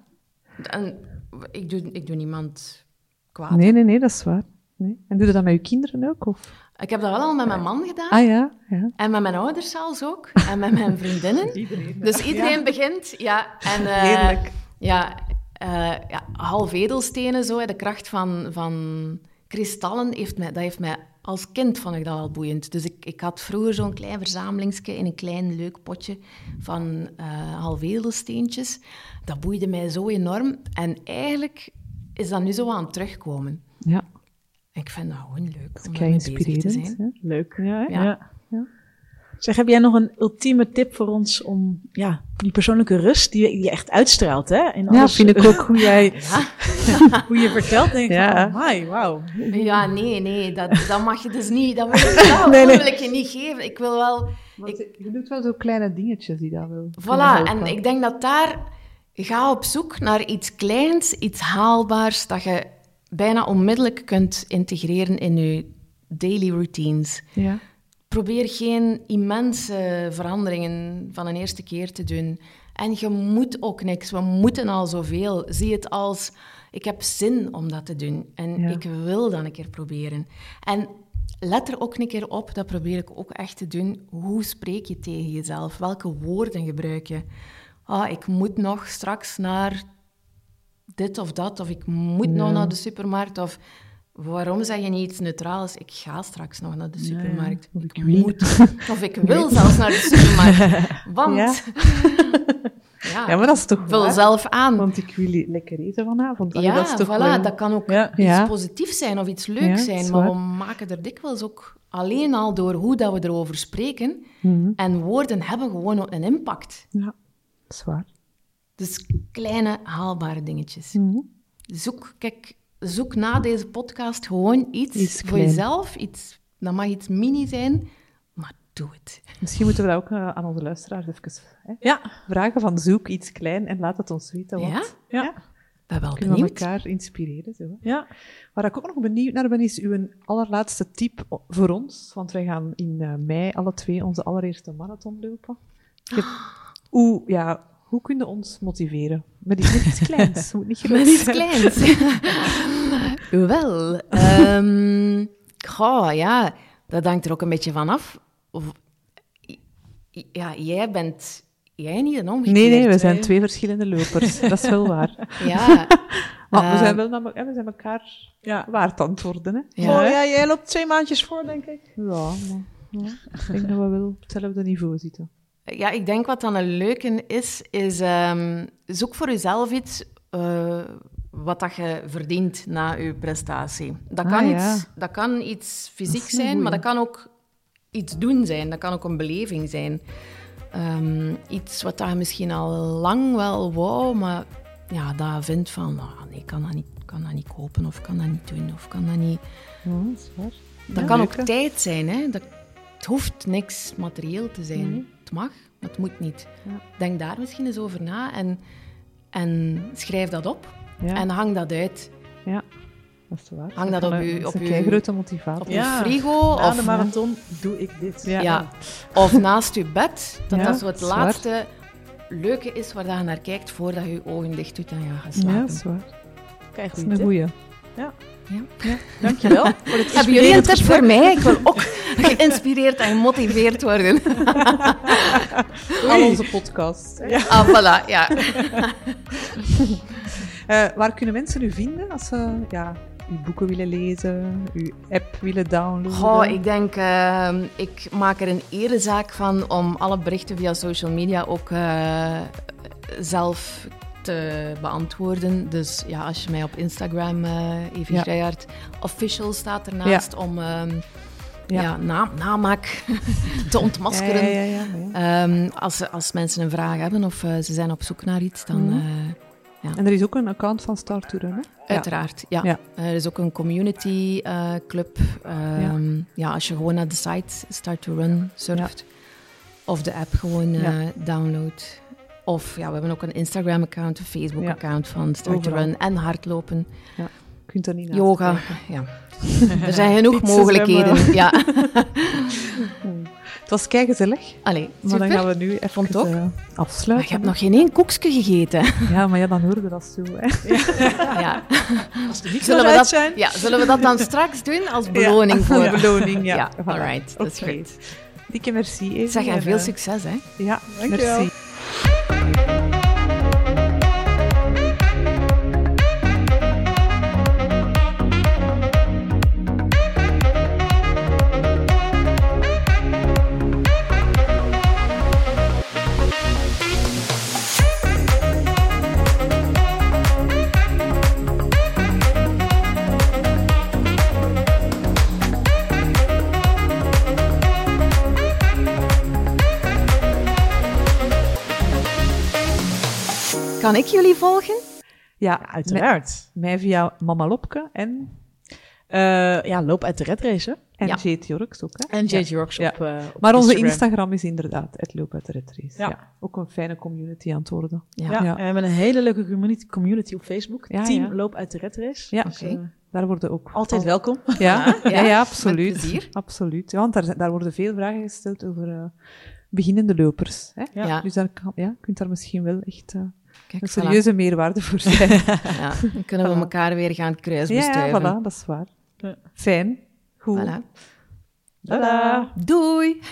S3: En ik doe, ik doe niemand... kwaad.
S2: Nee, nee, nee, dat is waar. Nee. En doe je dat met je kinderen ook? Of?
S3: Ik heb dat wel al met mijn man gedaan.
S2: Ah ja, ja.
S3: En met mijn ouders zelfs ook. En met mijn vriendinnen. Iedereen, ja. Dus iedereen ja. begint. Ja, en, uh,
S2: heerlijk.
S3: Ja, uh, ja, half edelstenen, zo, de kracht van, van kristallen, heeft mij, dat heeft mij... Als kind vond ik dat al boeiend. Dus ik, ik had vroeger zo'n klein verzamelingsje in een klein leuk potje van uh, half edelsteentjes. Dat boeide mij zo enorm. En eigenlijk... is dat nu zo aan het terugkomen.
S2: Ja.
S3: Ik vind dat gewoon leuk
S2: Dat
S3: om
S2: is
S3: daarmee bezig te
S2: inspirerend.
S3: zijn.
S2: Hè?
S1: Leuk.
S2: Ja, hè?
S3: Ja.
S1: Ja.
S2: Ja.
S1: Zeg, heb jij nog een ultieme tip voor ons om ja, die persoonlijke rust die je, die je echt uitstraalt, hè? In
S2: Ja,
S1: alles,
S2: vind ik ook hoe jij...
S3: Ja.
S1: hoe je vertelt, denk ik
S2: Ja.
S1: van, my, wauw.
S3: Ja, nee, nee, dat, dat mag je dus niet. Dat wil ik, dat
S1: Nee, nee.
S3: wil ik je niet geven. Ik wil wel...
S2: Want je doet wel zo kleine dingetjes die dat wil.
S3: Voilà, en ik denk dat daar... Ga op zoek naar iets kleins, iets haalbaars, dat je bijna onmiddellijk kunt integreren in je daily routines.
S2: Ja.
S3: Probeer geen immense veranderingen van een eerste keer te doen. En je moet ook niks. We moeten al zoveel. Zie het als, ik heb zin om dat te doen. En
S2: Ja.
S3: ik wil dat een keer proberen. En let er ook een keer op, dat probeer ik ook echt te doen. Hoe spreek je tegen jezelf? Welke woorden gebruik je? Ah, ik moet nog straks naar dit of dat. Of ik moet
S2: Ja.
S3: nog naar de supermarkt. Of... Waarom zeg je niet iets neutraals? Ik ga straks nog naar de supermarkt.
S2: Of
S3: ik
S2: ik wil.
S3: moet. Of ik wil zelfs naar de supermarkt. Want...
S2: Ja.
S3: Ja,
S2: Ja, maar dat is toch
S3: vul
S2: waar?
S3: zelf aan.
S2: Want ik wil lekker eten vanavond. Allee,
S3: ja,
S2: dat is toch
S3: voilà,
S2: wel...
S3: dat kan ook
S1: Ja.
S3: iets
S2: Ja.
S3: positiefs zijn of iets leuks
S2: Ja, dat
S3: zijn.
S2: is
S3: Maar
S2: waar.
S3: we maken er dikwijls ook alleen al door hoe dat we erover spreken.
S2: Mhm.
S3: En woorden hebben gewoon ook een impact.
S2: Ja, dat is waar.
S3: Dus kleine, haalbare dingetjes.
S2: Mhm.
S3: Zoek, kijk, zoek na deze podcast gewoon iets,
S2: Iets
S3: voor
S2: klein.
S3: jezelf. Iets, dat mag iets mini zijn, maar doe het.
S2: Misschien moeten we dat ook uh, aan onze luisteraars even hè,
S1: Ja.
S2: vragen van zoek iets klein en laat het ons weten. Want
S3: Ja?
S1: Ja.
S3: Ik ben wel
S2: kunnen we
S3: benieuwd.
S2: elkaar inspireren. Zo.
S1: Ja.
S2: Waar ik ook nog benieuwd naar ben, is uw allerlaatste tip voor ons. Want wij gaan in uh, mei alle twee onze allereerste marathon lopen. Ik heb- hoe, ja, hoe kun je ons motiveren? Met iets, met iets kleins. Het moet niet groot
S3: Met iets
S2: zijn.
S3: kleins. Wel, ehm goh, ja, dat hangt er ook een beetje van af. Of, ja, jij bent... Jij niet een omgekeerd.
S2: Nee, nee, we
S1: wij-
S2: zijn twee verschillende lopers. Dat is wel waar.
S3: Ja.
S2: Maar we
S3: eh,
S2: zijn wel naar me- we zijn elkaar
S1: Ja.
S2: waard aan het worden. Hè?
S3: Ja.
S1: Oh, ja, jij loopt twee maandjes voor, denk ik.
S2: Ja, maar ja, ik denk dat we wel op hetzelfde niveau zitten.
S3: Ja, ik denk wat dan een leuke is, is ehm, zoek voor jezelf iets eh, wat dat je verdient na je prestatie. Dat kan,
S2: Ah, ja.
S3: iets, dat kan iets fysiek
S2: Dat is een
S3: zijn, maar
S2: goeie.
S3: dat kan ook iets doen zijn. Dat kan ook een beleving zijn. Ehm, iets wat dat je misschien al lang wel wou, maar ja, dat je vindt van, ah, nee, ik kan dat niet, kan dat niet kopen of kan dat niet doen of kan dat niet...
S2: Ja, dat is waar.
S3: Dat
S2: Ja,
S3: kan
S2: leuk,
S3: ook
S2: hè?
S3: tijd zijn, hè. Dat, het hoeft niks materieel te zijn.
S2: Nee.
S3: Het mag, maar het moet niet.
S2: Ja.
S3: Denk daar misschien eens over na en, en schrijf dat op
S2: Ja,
S3: en hang dat uit.
S2: ja, dat is waar.
S3: Hang dat
S2: kan
S3: op
S2: een-
S3: uw-
S2: dat is
S3: op
S2: een
S3: uw-
S2: keigrote motivatie.
S3: Op
S1: Ja.
S3: je frigo
S1: Na
S3: of,
S1: de marathon doe ik dit.
S2: Ja.
S3: ja, of naast je bed. Dat
S2: Ja,
S3: dat zo het
S2: dat is waar.
S3: laatste leuke is waar dat je naar kijkt voordat je je ogen dicht doet en je gaat
S2: Ja,
S3: slapen.
S2: dat is waar.
S1: Kijk,
S2: Dat is een goeie.
S1: Dankjewel voor het
S3: Hebben jullie een
S1: inspirerend
S3: tip
S1: gesprek.
S3: voor mij? Ik wil ook geïnspireerd en gemotiveerd worden.
S2: Al onze podcast. hè.
S3: Ah, voilà, ja.
S2: Eh, waar kunnen mensen u vinden als ze ja, uw boeken willen lezen, uw app willen downloaden?
S3: Goh, ik denk, uh, ik maak er een erezaak van om alle berichten via social media ook uh, zelf te beantwoorden. Dus ja, als je mij op Instagram, uh, Evie
S2: Ja.
S3: Schreijart, official staat ernaast om um,
S2: Ja.
S3: ja. na, namaak te ontmaskeren.
S2: Ja, ja, ja, ja, ja.
S3: Um, als, als mensen een vraag hebben of uh, ze zijn op zoek naar iets, dan...
S2: Mhm.
S3: Uh,
S2: En er is ook een account van Start to Run, hè?
S3: Uiteraard, ja.
S2: Ja.
S3: Er is ook een community uh, club. Um, ja. ja, als je gewoon naar de site Start to Run surft. Of de app gewoon uh,
S2: Ja.
S3: downloadt. Of ja, we hebben ook een Instagram-account, een Facebook-account van Start
S2: Overal.
S3: to Run. En hardlopen,
S2: Je kunt er niet naast
S3: yoga.
S2: kijken.
S3: Ja. Er zijn genoeg
S2: Fietsen,
S3: mogelijkheden.
S2: zwemmen.
S3: Ja.
S2: Het was keigezellig,
S3: Allee,
S2: maar
S3: super.
S2: dan gaan we nu even
S3: Vond het ook.
S2: uh,
S3: Maar
S2: afsluiten.
S3: je hebt nog geen één koekje gegeten.
S2: Ja, maar ja, dan hoorde dat zo. Hè.
S3: Ja.
S1: Als de
S3: Zullen, we
S1: uit
S3: dat,
S1: zijn.
S3: ja, zullen we dat dan straks doen als beloning
S2: Ja,
S3: voor...
S2: als beloning, ja.
S3: Ja,
S2: Voilà.
S3: alright. Dat is
S2: Oké.
S3: goed.
S2: Dikke merci, Evie.
S3: Zeg, en
S2: En,
S3: veel
S2: uh,
S3: succes, hè.
S2: Ja,
S1: Dankjewel.
S2: merci.
S3: Kan ik jullie volgen?
S2: Ja,
S1: Uiteraard.
S2: Mij via Mama Lopke en,
S1: Uh, ja, loop uit de Red Race, hè?
S2: en
S3: Ja.
S2: Jade Jorks ook. Hè?
S1: En Jade
S2: Ja.
S1: Jorks
S2: Ja.
S1: op, uh, op
S2: Maar onze
S1: Instagram.
S2: Instagram is inderdaad het Loop uit de Red Race.
S1: Ja.
S2: Ja. Ook een fijne community aan het worden.
S3: Ja.
S1: Ja,
S2: Ja.
S1: en we hebben een hele leuke community, community op Facebook.
S2: Ja,
S1: Team
S2: ja.
S1: Loop uit de Red Race.
S2: Ja.
S1: Dus,
S3: Oké.
S1: uh,
S2: Daar worden ook...
S1: altijd
S2: al-
S1: welkom.
S2: Ja, ja, ja,
S3: met
S2: absoluut.
S3: plezier.
S2: Absoluut. Ja, want daar, zijn- daar worden veel vragen gesteld over uh, beginnende lopers. Hè?
S1: Ja.
S3: Ja.
S2: Dus daar kan, ja, je kunt daar misschien wel echt uh,
S3: Kijk,
S2: een
S3: voilà.
S2: serieuze meerwaarde voor zijn.
S3: Ja, dan kunnen we
S2: Voilà.
S3: elkaar weer gaan
S2: ja,
S3: kruisbestuiven.
S2: ja, voilà, dat is waar.
S1: Ja.
S2: Fijn. Goed.
S3: Voilà.
S1: Tada!
S3: Doei!